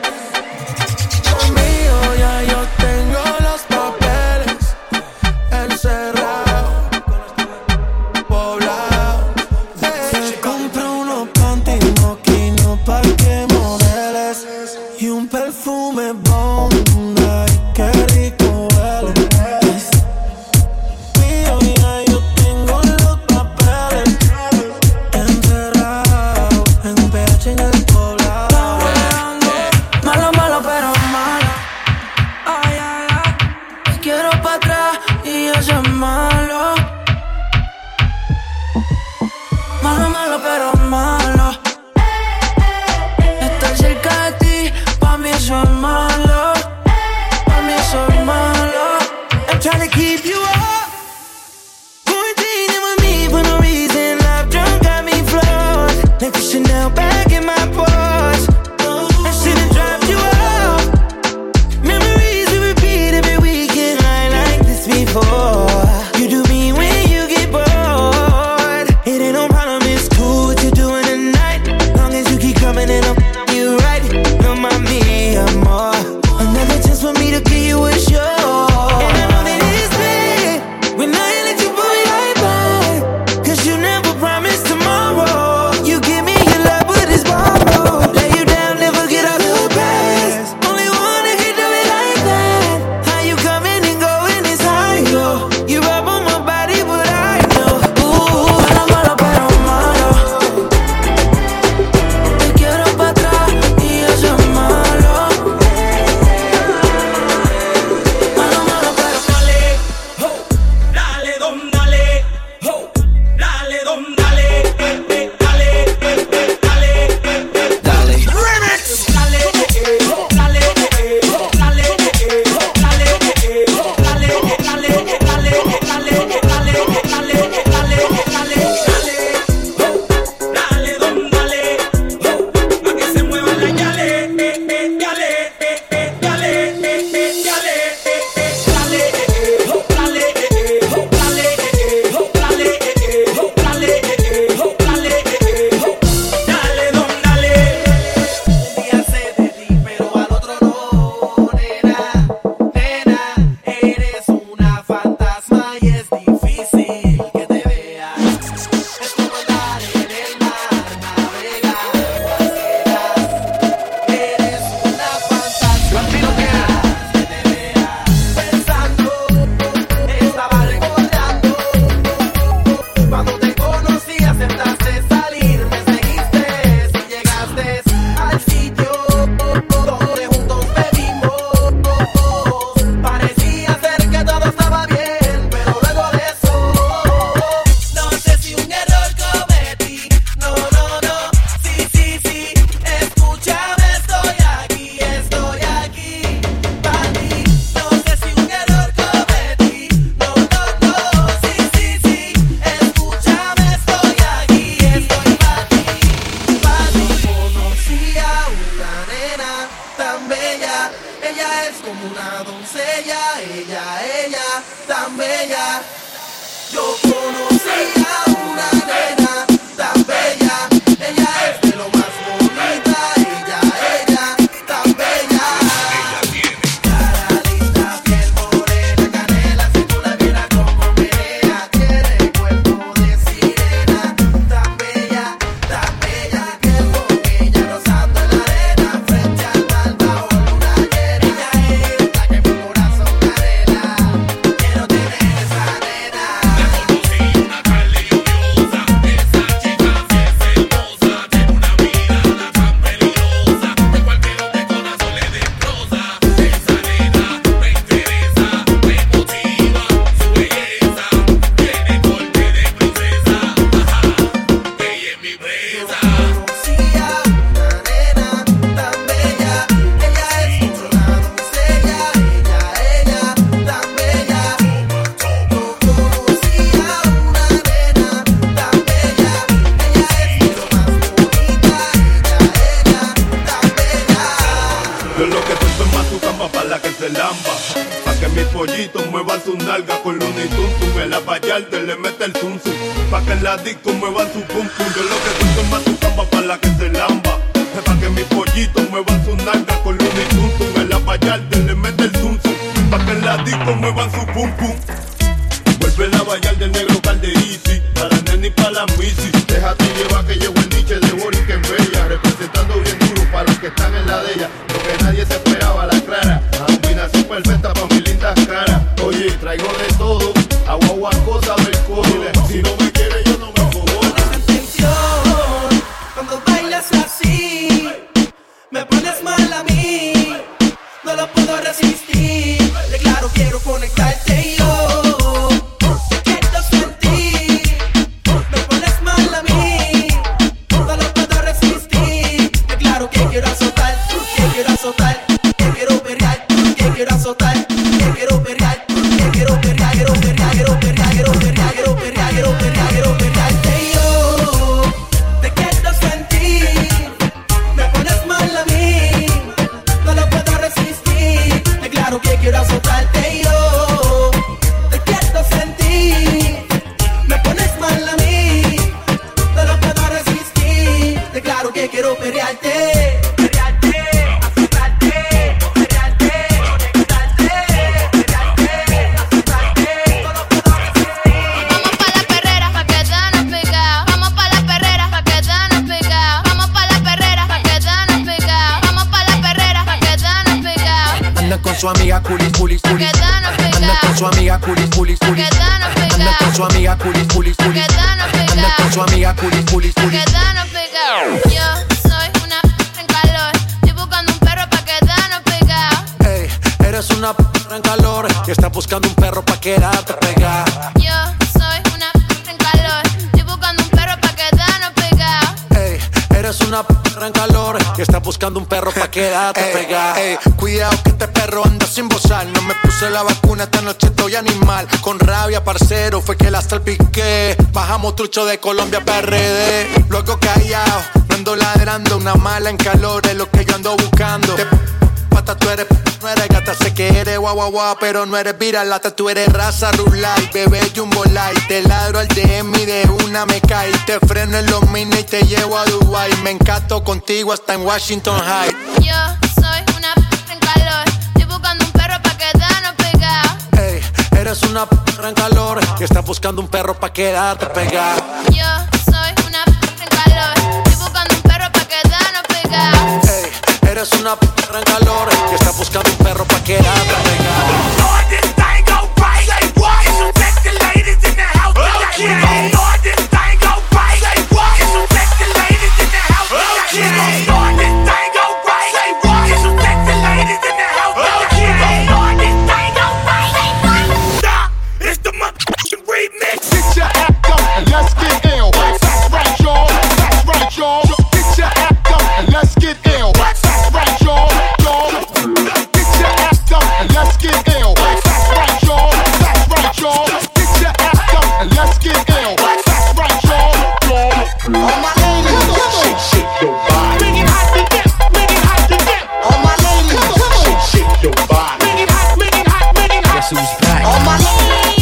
Conmigo ya yo tengo los papeles encerrados, poblados. Se compra unos panty moschino pa' que modeles y un perfume Bond. Ay, qué rico huele. Mío ya yo tengo los papeles encerrados en un P H en el poblado. Malo, malo, pero malo. Ay, ay, ay. Te quiero pa' atrás y eso es malo. Malo, malo, pero malo. Estar cerca de ti, pa' mí eso es malo. Pa' mí eso es malo. I'm trying to keep you up. Quarantining with me for no reason. Love drunk got me flushed. Like the Chanel bag in my purse. I should've dropped you off. want me to give you a show. And I know that it's bad when I let you pull me right back. Cause you never promised tomorrow. You give me your love, but it's borrowed. Lay you down, never get out of the past. Only one that can do it like that. How you coming and going is high, yo. You rub on my body, but I know. Ooh, malo, malo, pero malo. Te quiero pa' atrás y eso es malo. Malo, malo, pero Dale, ho, dale, don, dale, ho, dale, don, dale, eh, eh, dale, eh, eh, dale, eh, eh, Dale. remix. Dale, eh, eh, ho, dale, eh, eh, ho, dale, eh, eh, ho, dale, eh, eh, ho, dale, eh, dale, eh, dale, eh, dale, eh, dale, eh, dale, eh, dale, eh, dale, dale, ho, dale, don, dale, ho, pa' que se mueva la yale, eh, eh, yale, eh, eh, yale, eh, eh, yale, eh, eh, dale, eh, eh, ho, dale, eh, eh, ho, dale, eh, eh, ho, dale, eh, eh, ho, dale, eh, eh, ho, dale, eh, eh, ho, dale, don, dale. Un día sé de ti, pero al otro no, nena, nena, eres una fantasma y es difícil que te vea. Es como andar en el mar, navegar cuando quieras. Eres una fantasma que te vea. Pensando, estaba recordando cuando te conocí, aceptaste salir, me seguiste y llegaste al sitio donde juntos bebimos. Parecía ser que todo estaba bien, pero luego de eso, no sé si un error cometí. No, no, no, sí, sí, sí, escúchame, estoy aquí, estoy aquí para ti. No sé si un error cometí. No, no, no, sí, sí, sí, escúchame, estoy aquí, estoy para ti, para ti. Conocí a una nena tan bella, ella es como una doncella, ella, ella, tan bella. Yo conocí a una nena tan bella, ella es de lo más bonita, ella, ella, tan bella. Ella tiene cara linda, piel morena, canela, si tú la vieras como menea, tiene cuerpo de sirena, tan bella, tan bella, que con ella rozando en la arena, frente al mar bajo luna llena. Ella es la que mi corazón anhela, quiero tener esa nena. Conocí una tarde lluviosa, esa chica sí es hermosa, tiene una mirada tan peligrosa, que cualquier hombre corazón le destroza. Esa nena me interesa, me motiva, su belleza tiene corte de princesa, ajá, ella es mi presa. Conocí a una nena tan bella, ella es como una doncella, ella, ella, tan bella. Yo conocí a una nena tan bella, ella es de lo más bonita, ella, ella, tan bella. Yo lo que siento es más su cama para la que se lamba. Pa' que mis pollitos muevan su nalga con Looney Tunes. En la Vallarta le mete el zum zum. Pa' que en la disco muevan su pum pum. Yo lo que siento es más su cama para la que se lamba. Pa' que mis pollitos muevan su nalga con Looney Tunes. En la Vallarta le mete el zum zum. Pa' que en la disco muevan su pum pum. Vuelve la Vallarta del negro Calderisi. Para la nena y para la misi. Déjate llevar que llegó el niche de Boris que en Bella. Representando bien duro para los que están en la de ella. Lo que nadie se esperaba, la clara. Combinación perfecta para mis lindas caras. Oye, traigo de todo. Agua, agua, cosa, alcohol. Si no me quiere, yo no me jodo. Atención, cuando bailas así, me pones mal a mí, no lo puedo resistir. Declaro, quiero conectarte yo. Te quiero sentir, me pones mal a mí, no lo puedo resistir. Declaro que quiero azotar, que quiero azotar, que quiero perrear, que quiero azotar, que quiero perrear, que quiero perrear, quiero perrear, quiero perrear, quiero perrear, quiero perrear, quiero perrear, quiero perrearte yo. Te quiero sentir, me pones mal a mí, no lo puedo resistir. Declaro que quiero azotarte yo. Te quiero sentir, me pones mal a mí, no lo puedo resistir. Declaro que quiero perrearte, perrearte, azotarte, perrearte, conectarte. Anda con su amiga culi, culi, culi. Anda con su amiga culi, culi, culi. Anda con su amiga culi, culi, culi. Anda con su amiga culi, culi, culi. Yo soy una en calor. Estoy buscando un perro pa' quedarnos pegados. Ey, eres una p en calor y estás buscando un perro pa' quedarte pegada. Yo soy una en calor. Estoy buscando un perro pa' quedarnos pegados. Ey, eres una p en calor y estás buscando un perro pa' quedarte pegada. Ey, cuidado que este perro anda sin bozar. No me puse la vacuna, esta noche estoy animal. Con rabia, parcero, fue que la salpiqué. Bajamos trucho de Colombia P R D. Luego callado, no ando ladrando. Una mala en calor es lo que yo ando buscando. Te pata, tú eres, no eres gata. Sé que eres guau guau guau, pero no eres viralata. Tú eres raza rulay, bebé jumbo light. Te ladro al D M y de una me cae. Te freno en los mini y te llevo a Dubai. Me encanto contigo hasta en Washington High. Yo soy una en calor. Estoy buscando un perro pa' quedarnos pegados. Ey, eres una p en calor y estás buscando un perro pa' quedarte pegada. Yo soy una en calor. Estoy buscando un perro pa' quedarnos pegados. Ey, eres una p en calor y estás buscando un perro pa' quedarte pegada. Let's get ill. That's right, y'all. That's right, y'all. Get your act up and let's get ill. That's right, y'all. Y'all. Get your act up and let's get ill. That's right, y'all. That's right, y'all. Get your act up and let's get ill. That's right, y'all. Y'all. All my ladies, shake, shake your body. Make it hot to dip, make it hot to dip. All my ladies, shake, shake your body. Make it hot, make it hot, make it hot. Guess who's back? All my ladies.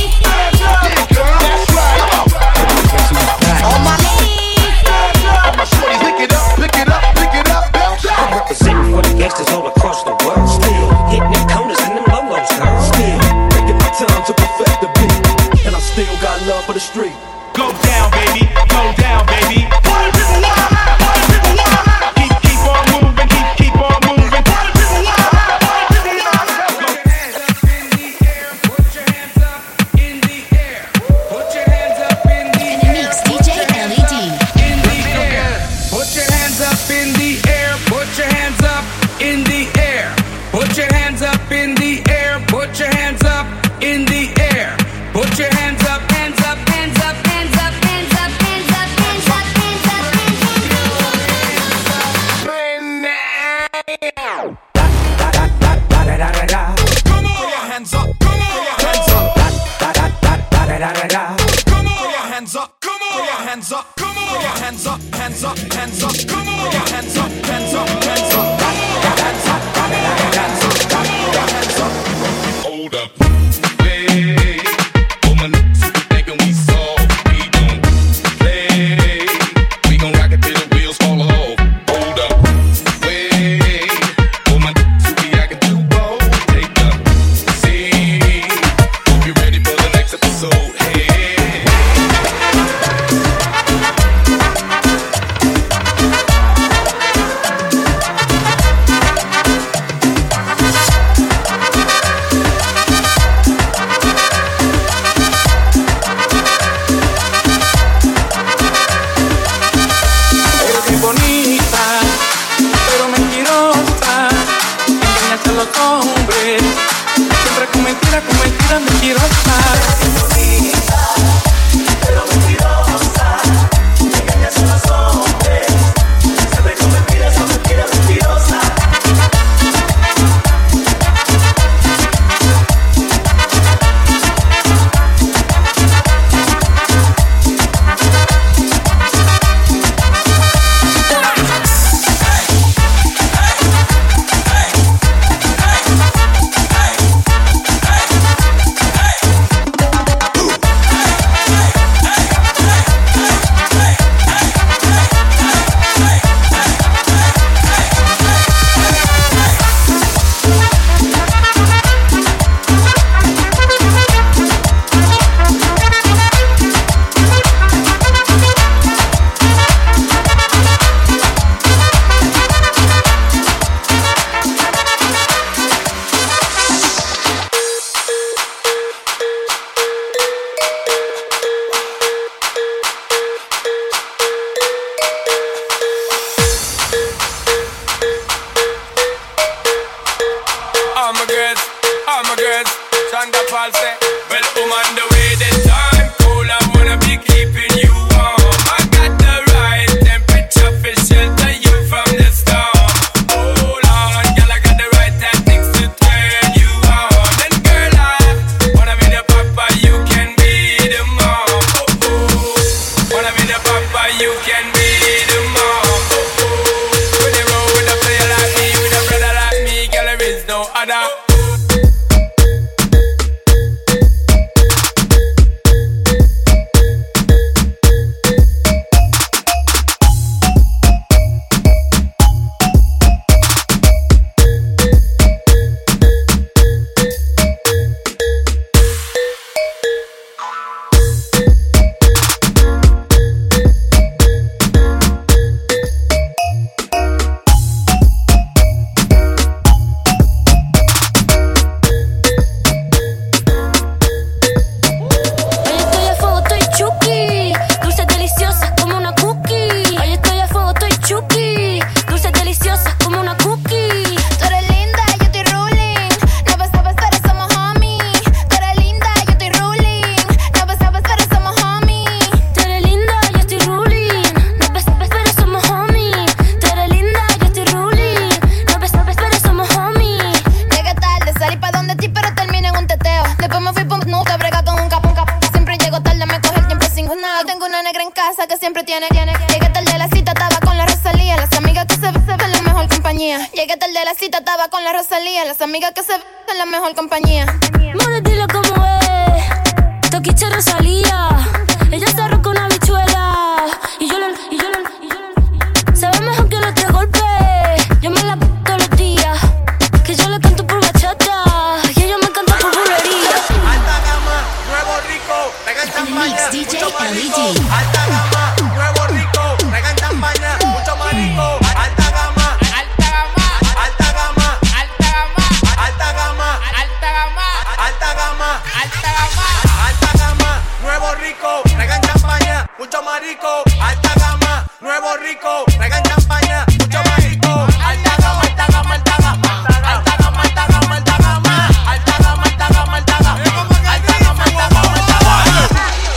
Gangsters all across the world, still hitting them corners and them lolos, girl. Still taking my time to perfect the beat, and I still got love for the street. Go down, baby, go down, baby. Party people wild, party people wild. Keep, keep on moving, keep, keep on moving. Party people wild, party people wild. Put your hands up in the air, put your hands up in the air. Put your hands up in the air. Mix D J L E D. In the air, put your hands up in the air, put your hands up. In the air, put your hands up in the air, put your hands up in the air, put your hands up, hands up, hands up, hands up, hands up, hands up, hands up, hands up, hands up. Da da da da da da da. Come on, put your hands up, come on, put your hands up. Da da da da da da da da. Come on, put your hands up, come on, put your hands up, come on, put your hands up, hands up, hands up, come on, put your hands up, hands up, hands up. Hold up, wait. Oh my niggas thinking we soft, we gon' play. We gon' rock it till the wheels fall off. Hold up, wait. Oh my niggas we I can do both. Take the scene. Hope you ready for the next episode. Hey. Hombres, siempre con mentiras, con mentiras mentirosas. Pero mentirosa, engañas a los hombres. Siempre con mentiras, con mentiras mentirosas. all my girls. Shonda Paul say, well, I'm on the way, the time cold. I wanna be keeping you warm. I got the right temperature for shelter you from the storm. Hold on, girl, I got the right tactics to turn you on. And girl, I wanna be the papa, you can be the mom. Oh, oh. Wanna be the papa, you can be the mom. Oh, oh. When you roll with a player like me, with a brother like me, girl, there is no other. Llegué tarde a la cita, estaba con la Rosalía. Las amigas que se ven en la mejor compañía. More, dile cómo es. Toquiche Rosalía. Ella se arroja una bichuela. Y yo la, y yo la, y yo la. Se ve mejor que los tres golpes. Yo me la p todos los días. Que yo le canto por bachata. Y ella me canta por bulería. Alta gama, nuevo rico. Pega en champaña, mucho más rico. Alta gama, nuevo rico. Pega en champaña, mucho más rico. Alta gama. Alta gama, alta gama, alta gama, alta gama, alta gama, alta gama, nuevo rico, traigan champaña, mucho más rico, alta gama, nuevo rico, traigan champaña, mucho más rico, alta gama, alta gama, alta gama, alta gama, alta gama, alta gama, alta gama, alta gama, alta gama, alta gama, alta gama, alta gama.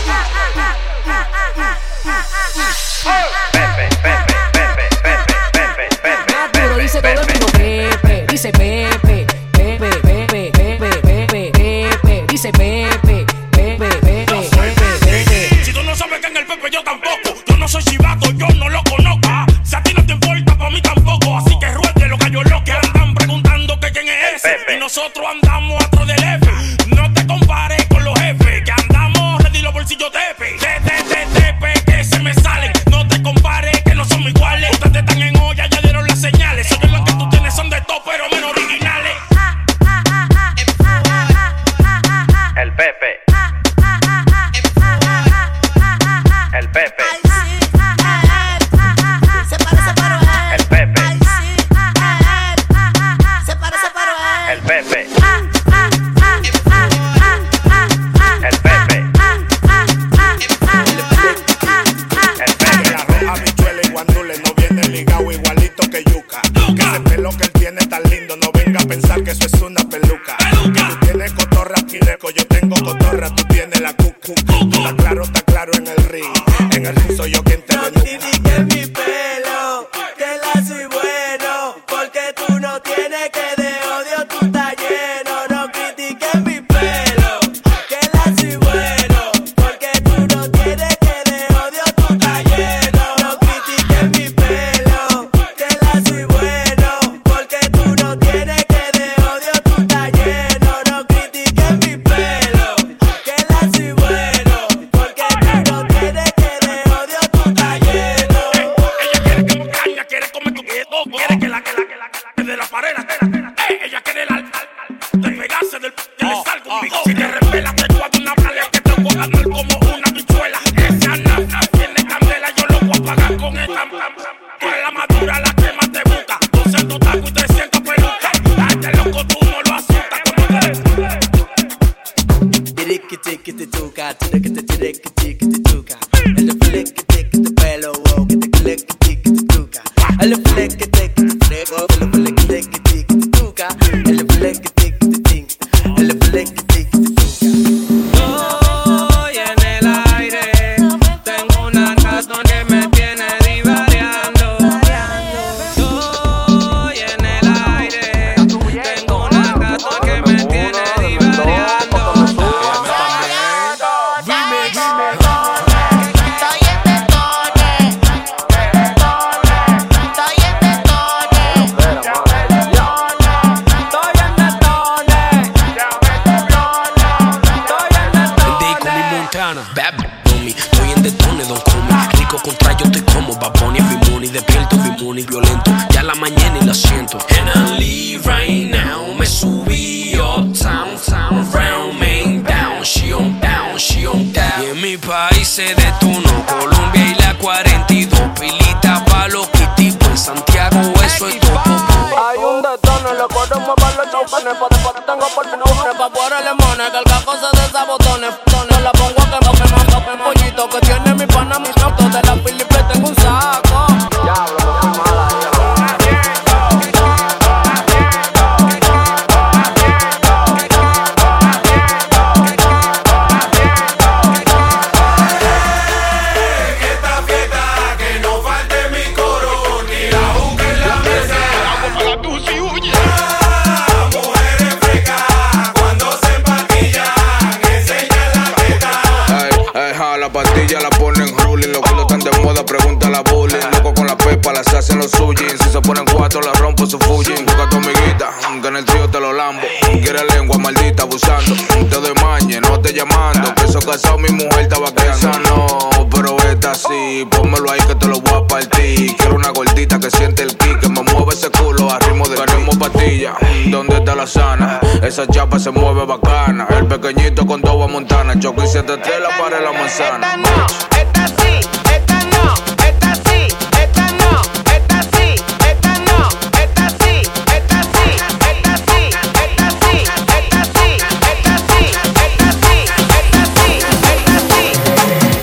Pepe, Pepe, Pepe, Pepe, Pepe, Pepe, dice todo el mundo Pepe, dice Pepe, Pepe, Pepe, Pepe, Pepe, Pepe, dice Pepe, Pepe, Pepe, Pepe. Si tú no sabes que en el Pepe yo tampoco, yo no soy chivato, yo no lo conozco. Si a ti no te importa, pa' mí tampoco. Así que ruede los gallos los que andan preguntando que quién es ese. Pepe. Y nosotros andamos atrás del F. No te compares con los jefes, que andamos ready los bolsillos tepe. Te, te, te, tepe, que se me salen. No te compares, que no somos iguales. Ustedes están en olla, ya dieron las señales. Soy los que tú tienes son de top, pero menos originales. El Pepe. El Pepe. Se parece pero él. El Pepe. Se parece pero él. El Pepe. El Pepe. El Pepe. La roja, habichuela y guandule no viene ligado igualito que yuca. Que ese pelo que él tiene tan lindo, no venga a pensar que eso es una peluca. Tú tienes cotorra, pireco, yo tengo cotorra, tú tienes la cucu. Está claro, está claro en el ring. En el ring soy yo quien te No critiques mi pelo, que la soy bueno, porque tú no tienes que de odio tú estás lleno. No critiques mi pelo, que la soy bueno, porque tú no tienes que de odio tú estás lleno. No critiques mi pelo, que la soy bueno, porque tú no tienes que de odio tú estás lleno. No critiques mi pelo, que la soy bueno, porque tú no tienes que de odio tú estás lleno. Ella quiere comer tu queso, quiere que la, que la, que la, que de la pared, la, la, la, eh, ella quiere la, de pegarse del, que le salga conmigo. Si te revelas, te cuadro una playa que te voy a dar como una bichuela. Esa nafta tiene candela, yo lo voy a pagar con esta, con la madura, la que más te busca. doscientos tacos y trescientos pelucas. A este loco tú no lo asustas como te. Tiriqui tiqui tuca, tiriqui tiriqui tiqui tuca. El flick tiqui tu pelo, wow, que te click tiqui tuca. El flick tiqui tu flick, el flick tiqui tiqui tuca. El flick tiqui tiqui. se detonó. Colombia y la cuarenta y dos. Pilita pa' los quitipos. En Santiago eso es todo. Hay un detone, le corremos para los choferes. Pa' después tengo por mi nombre. Pa' poner limones, que el cajo se desabotone. No la pongo a quemar, quemar, quemar. Pollito que tiene mi pana, mis autos de la Filipe tengo un saco. Diablo, me fui mala, las hacen los suyos. Si se ponen cuatro, la rompo su Fuji. Busca a tu amiguita, que en el trío te lo lambo. Quiere lengua maldita abusando. Te doy mañe, no te llamando. Que eso casado mi mujer estaba quedando. No, pero esta sí, pónmelo ahí que te lo voy a partir. Quiero una gordita que siente el kick, que me mueve ese culo a ritmo de ganemos patilla. ¿Dónde está la sana? Esa chapa se mueve bacana. El pequeñito con dos montana. Choco y siete estrellas para la manzana. Esta no, esta sí, esta no, esta sí, esta no, esta sí, esta no, esta sí, esta sí, esta sí, esta sí, esta sí, esta sí, esta sí, esta sí, esta sí.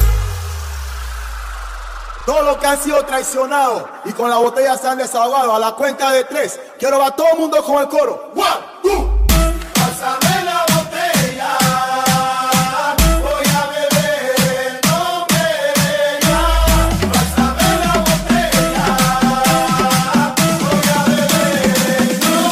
Todos los que han sido traicionados y con la botella se han desahogado, a la cuenta de tres, quiero ver a todo el mundo con el coro. One, two. Pásame la botella. Voy a beber, no me venga. Pásame la botella. Voy a beber, no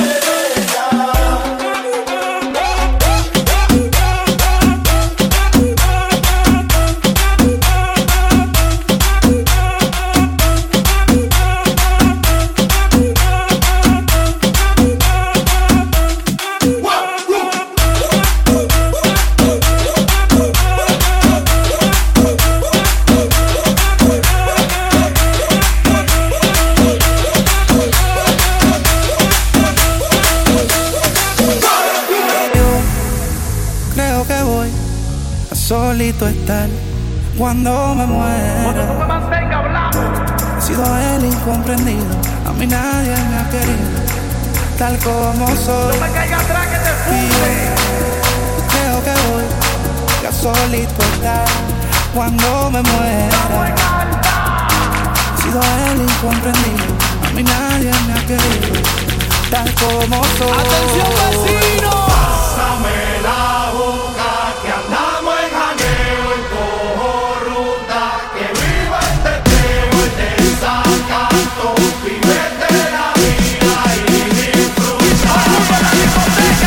Creo que voy a solito estar cuando me muera. He sido el incomprendido, a mí nadie me ha querido, tal como soy. No me caiga atrás que te fui. Creo que voy a solito estar cuando me muera. He sido el incomprendido, a mí nadie me ha querido, tal como soy. ¡Atención, vecino! Pásame la boca, que andamos en janeo, en cojo ruta, que viva este tema, este desacato, vivete la vida y disfruta. ¡Vamos a la discoteca!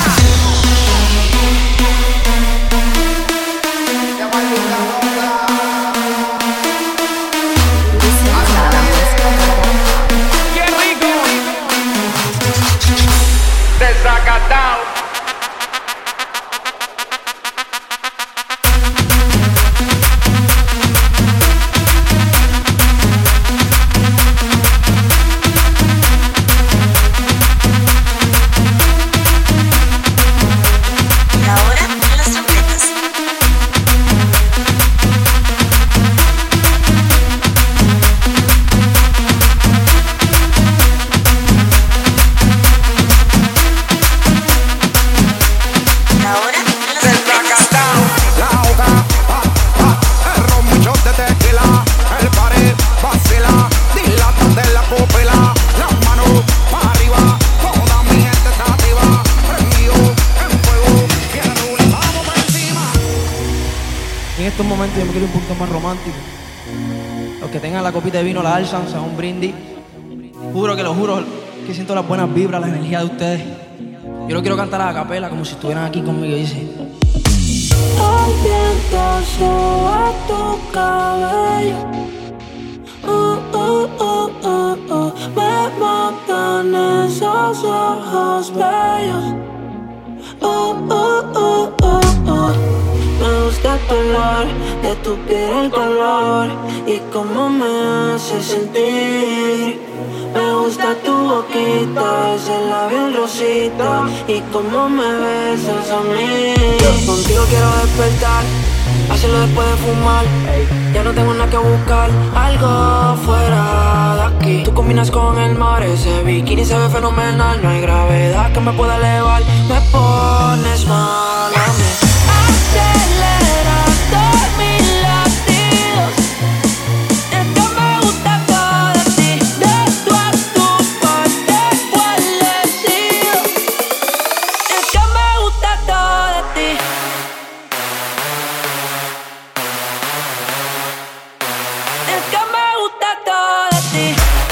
¡Qué rico! Desacatao. En estos momentos yo me quiero un poquito más romántico. Los que tengan la copita de vino la alzan, sea un brindis. Juro que lo juro que siento las buenas vibras, la energía de ustedes. Yo lo quiero cantar a la capela como si estuvieran aquí conmigo. Dice: el viento soba tu cabello. Uh, uh, uh, uh, uh. Me matan esos ojos bellos. Uh, uh, uh, uh, uh. Me gusta el color de tu piel, el color y cómo me hace sentir. Me gusta tu boquita, ese labial rosita y cómo me besas a mí. Contigo quiero despertar, hacerlo después de fumar. Ya no tengo nada que buscar, algo fuera de aquí. Tú combinas con el mar, ese bikini se ve fenomenal. No hay gravedad que me pueda elevar. Me pones mal a mí. Acelera todos mis latidos. Es que me gusta todo de ti. De tú a tu parte establecido. Es que me gusta todo de ti. Es que me gusta todo de ti.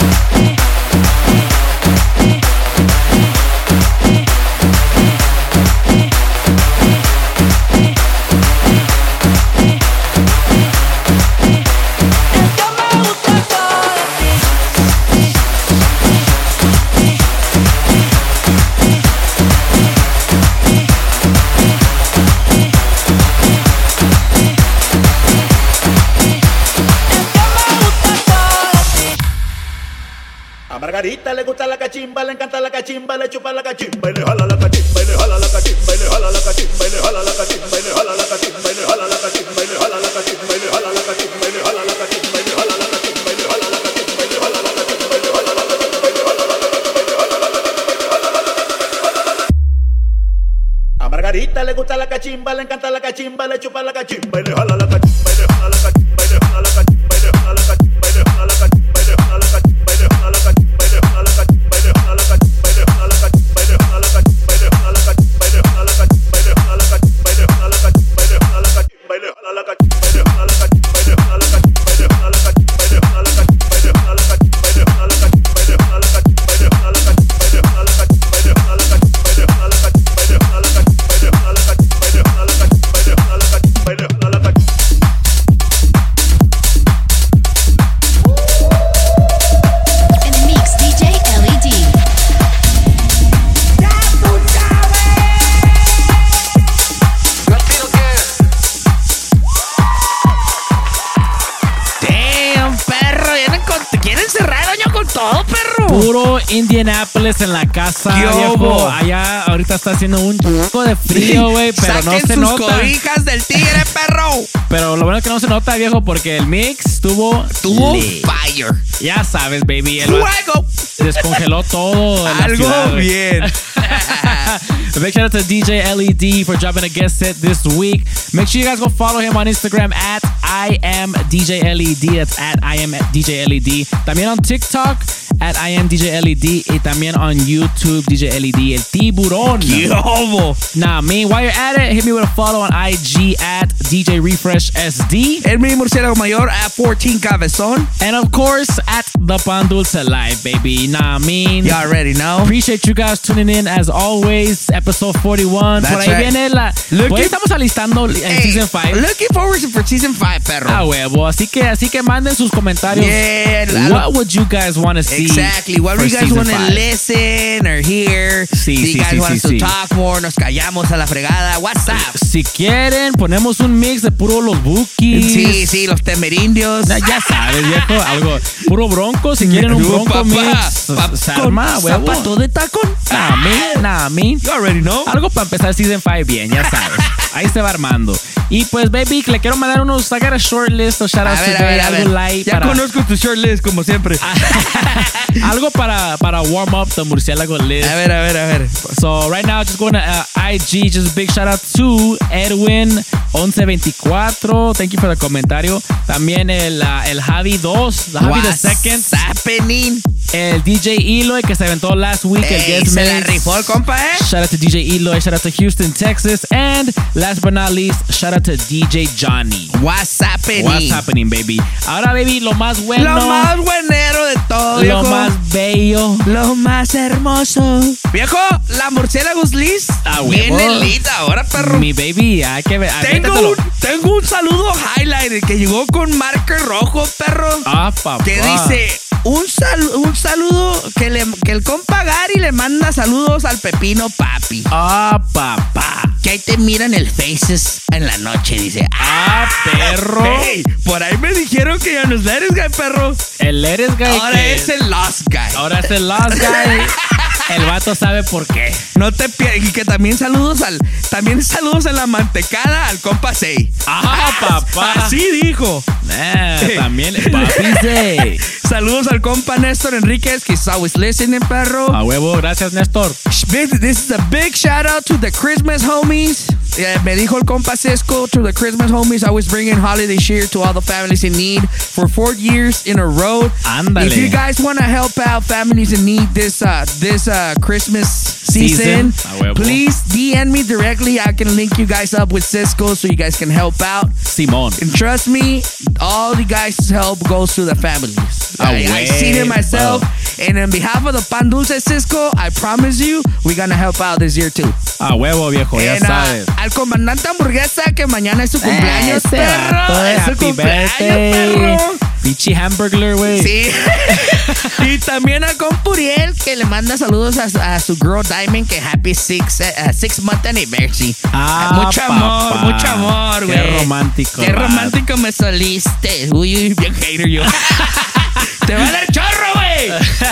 A Margarita le gusta la cachimba, le encanta la cachimba, le chupa la cachimba y le jala la cachimba y le jala la cachimba y le jala la cachimba y le jala la cachimba y le jala la cachimba y le jala la cachimba y le jala la cachimba y le jala la cachimba y le jala la cachimba y le jala la cachimba y le jala la cachimba y le jala la cachimba y le jala la cachimba y le jala la cachimba. A Margarita le gusta la cachimba, le encanta la cachimba, le chupa la cachimba y le jala la cachimba y le jala la cachimba y le jala la cachimba y le jala la cachimba y le jala la cachimba y le jala la cachimba y le jala la cachimba. Puro Indianapolis en la casa, viejo. Allá ahorita está haciendo un poco de frío, güey, pero Saquen no se sus nota. cobijas del tigre, perro. Pero lo bueno es que no se nota, viejo, porque el mix tuvo... Tuvo lit. fire. Ya sabes, baby. El ¡Fuego! Descongeló todo en la Algo ciudad, güey. bien. A big shout out to D J L E D for dropping a guest set this week. Make sure you guys go follow him on Instagram at I am D J L E D. That's at I am D J L E D. También on TikTok at I am D J L E D. Y también on YouTube, D J L E D. El tiburón. Yobo. Nah, me, while you're at it, hit me with a follow on I G at D J Refresh S D. El mini murciélago mayor at fourteen Cabezón. And of course, at The Pan Dulce Live, baby. Nah, I mean. You already know. Appreciate you guys tuning in as always. Episode forty-one. That's Por ahí right. viene la. Looking, pues estamos alistando en hey, Season five. Looking forward for Season five, perro. Ah, huevo. Así que, así que manden sus comentarios. Yeah, what would you guys want to see? Exactly. What do you guys want to listen or hear? Sí, si sí, you guys sí, want sí, us to sí. talk more, nos callamos a la fregada. What's up? Si quieren, ponemos un mix de puro los bookies. Sí, sí, los temerindios. Ya, ya sabes, viejo. Algo puro bronco. Si quieren un No, bronco papá, mix, papá, se arma, huevo. zapato de tacón. Nah, me, nah, me. You already know. Algo para empezar Season five bien, ya sabes. Ahí se va armando. Y pues, baby, le quiero mandar unos. I got a short list of shout outs A ver, a today. ver, a Algo ver. light. Ya para, conozco tu short list, como siempre. algo para, para warm up the murciélago list. A ver, a ver, a ver. So, right now, just going to uh, I G. Just a big shout out to Edwin once veinticuatro. Thank you for the comentario. También el, uh, el Javi dos. The Javi the second. What's happening? El D J Eloy que se aventó last week. Ey, el guest se la mix. rifó el compa, eh. Shout out to D J Eloy. Shout out to Houston, Texas. And last but not least, shout out to D J Johnny. What's happening? What's happening, baby? Ahora, baby, lo más bueno. Lo más buenero de todo, Lo viejo. más bello. Lo más hermoso. Viejo, la murciélagos list. Ah, huevo. Viene lista ahora, perro. Mi baby, hay que ver. Tengo aviéntatelo. un, tengo un saludo highlighted que llegó con marker rojo, perro. Ah, papá. Que dice, un, sal, un saludo que, le, que el compa Gary le manda saludos al Pepino Papi. Ah, papá. Que ahí te miran el Faces en la noche, dice. Ah, perro. Hey, por ahí me dijeron que ya no es Lettuce Guy, perro. El Lettuce Guy. Ahora que- es el Lost Guy. Ahora es el Lost Guy. El vato sabe por qué. No te pierdas. Y que también saludos al. También saludos en la mantecada al compa Zay. Ah, papá. Así dijo. Nah, también, papi Zay. Saludos al compa Néstor Enriquez, que is always listening, perro. A huevo, gracias, Néstor. This is a big shout out to the Christmas homies. Yeah, me dijo el compa Cisco, to the Christmas homies. I was bringing holiday cheer to all the families in need for four years in a row. Ándale. If you guys want to help out families in need this uh, this uh, Christmas season, season. please D M me directly. I can link you guys up with Cisco so you guys can help out. Simón. And trust me, all you guys' help goes to the families. I, I seen it myself. And on behalf of the Pan Dulce Cisco, I promise you, we're gonna help out this year too. A huevo, viejo, ya And, uh, sabes. al comandante hamburguesa, que mañana es su cumpleaños, Ese perro. vato, Es su happy cumpleaños, birthday. perro. Pichi hamburglar, güey. Sí. Y también a Compuriel, que le manda saludos a, a su girl Diamond, que happy six, uh, six month anniversary. Ah, mucho amor, papá. mucho amor, güey. Qué romántico. Qué vato. romántico me soliste. Uy, uy, bien hater yo. Te va a dar chorro, güey.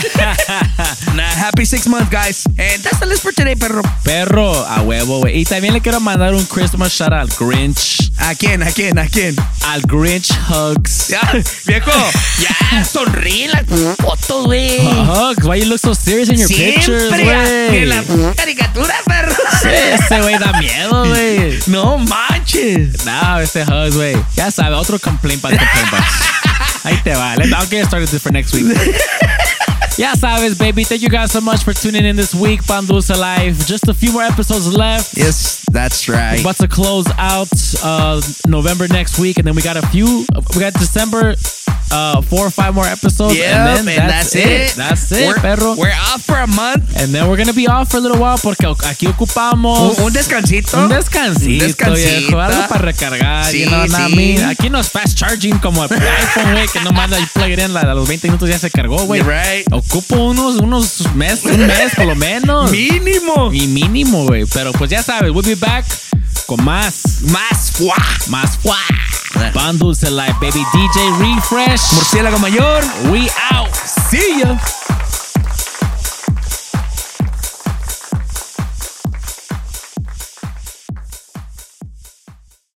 Nah, happy six months, guys. And that's the list for today, perro. Perro, a huevo, güey. Y también le quiero mandar un Christmas shout al Grinch. ¿A quién? ¿A quién? ¿A quién? Al Grinch Hugs. Ya, viejo, ya, sonríe en las fotos, güey. Hugs, why you look so serious in your pictures, Siempre güey? en la caricatura, perro. Sí, ese güey da miedo, güey. No manches. No, ese Hugs, güey. Ya sabe, otro complaint para el complaint box. Ahí te va. Let- I'll get started for next week. Ya sabes, baby. Thank you guys so much for tuning in this week. Pan Dulce Live. Just a few more episodes left. Yes, that's right. About to close out uh, November next week, and then we got a few. We got December, uh, four or five more episodes, Yep, and then and that's, that's it. That's it, We're- perro. We're off for a month. And then we're gonna be off for a little while porque aquí ocupamos Un, un descansito. un descansito, Un descansito. viejo, algo para recargar. Sí, you know what I sí. mean? Aquí no es fast charging como el iPhone, güey, que nomás la plug it in, la- a los veinte minutos ya se cargó, güey. You're right. Ocupo unos, unos meses, un mes por lo menos. Mínimo. Y mínimo, güey. Pero pues ya sabes, we'll be back con más. Más fuá. Más fuá. Pan Dulce Live, baby. D J Refresh. Murciélago Mayor. We out. See ya.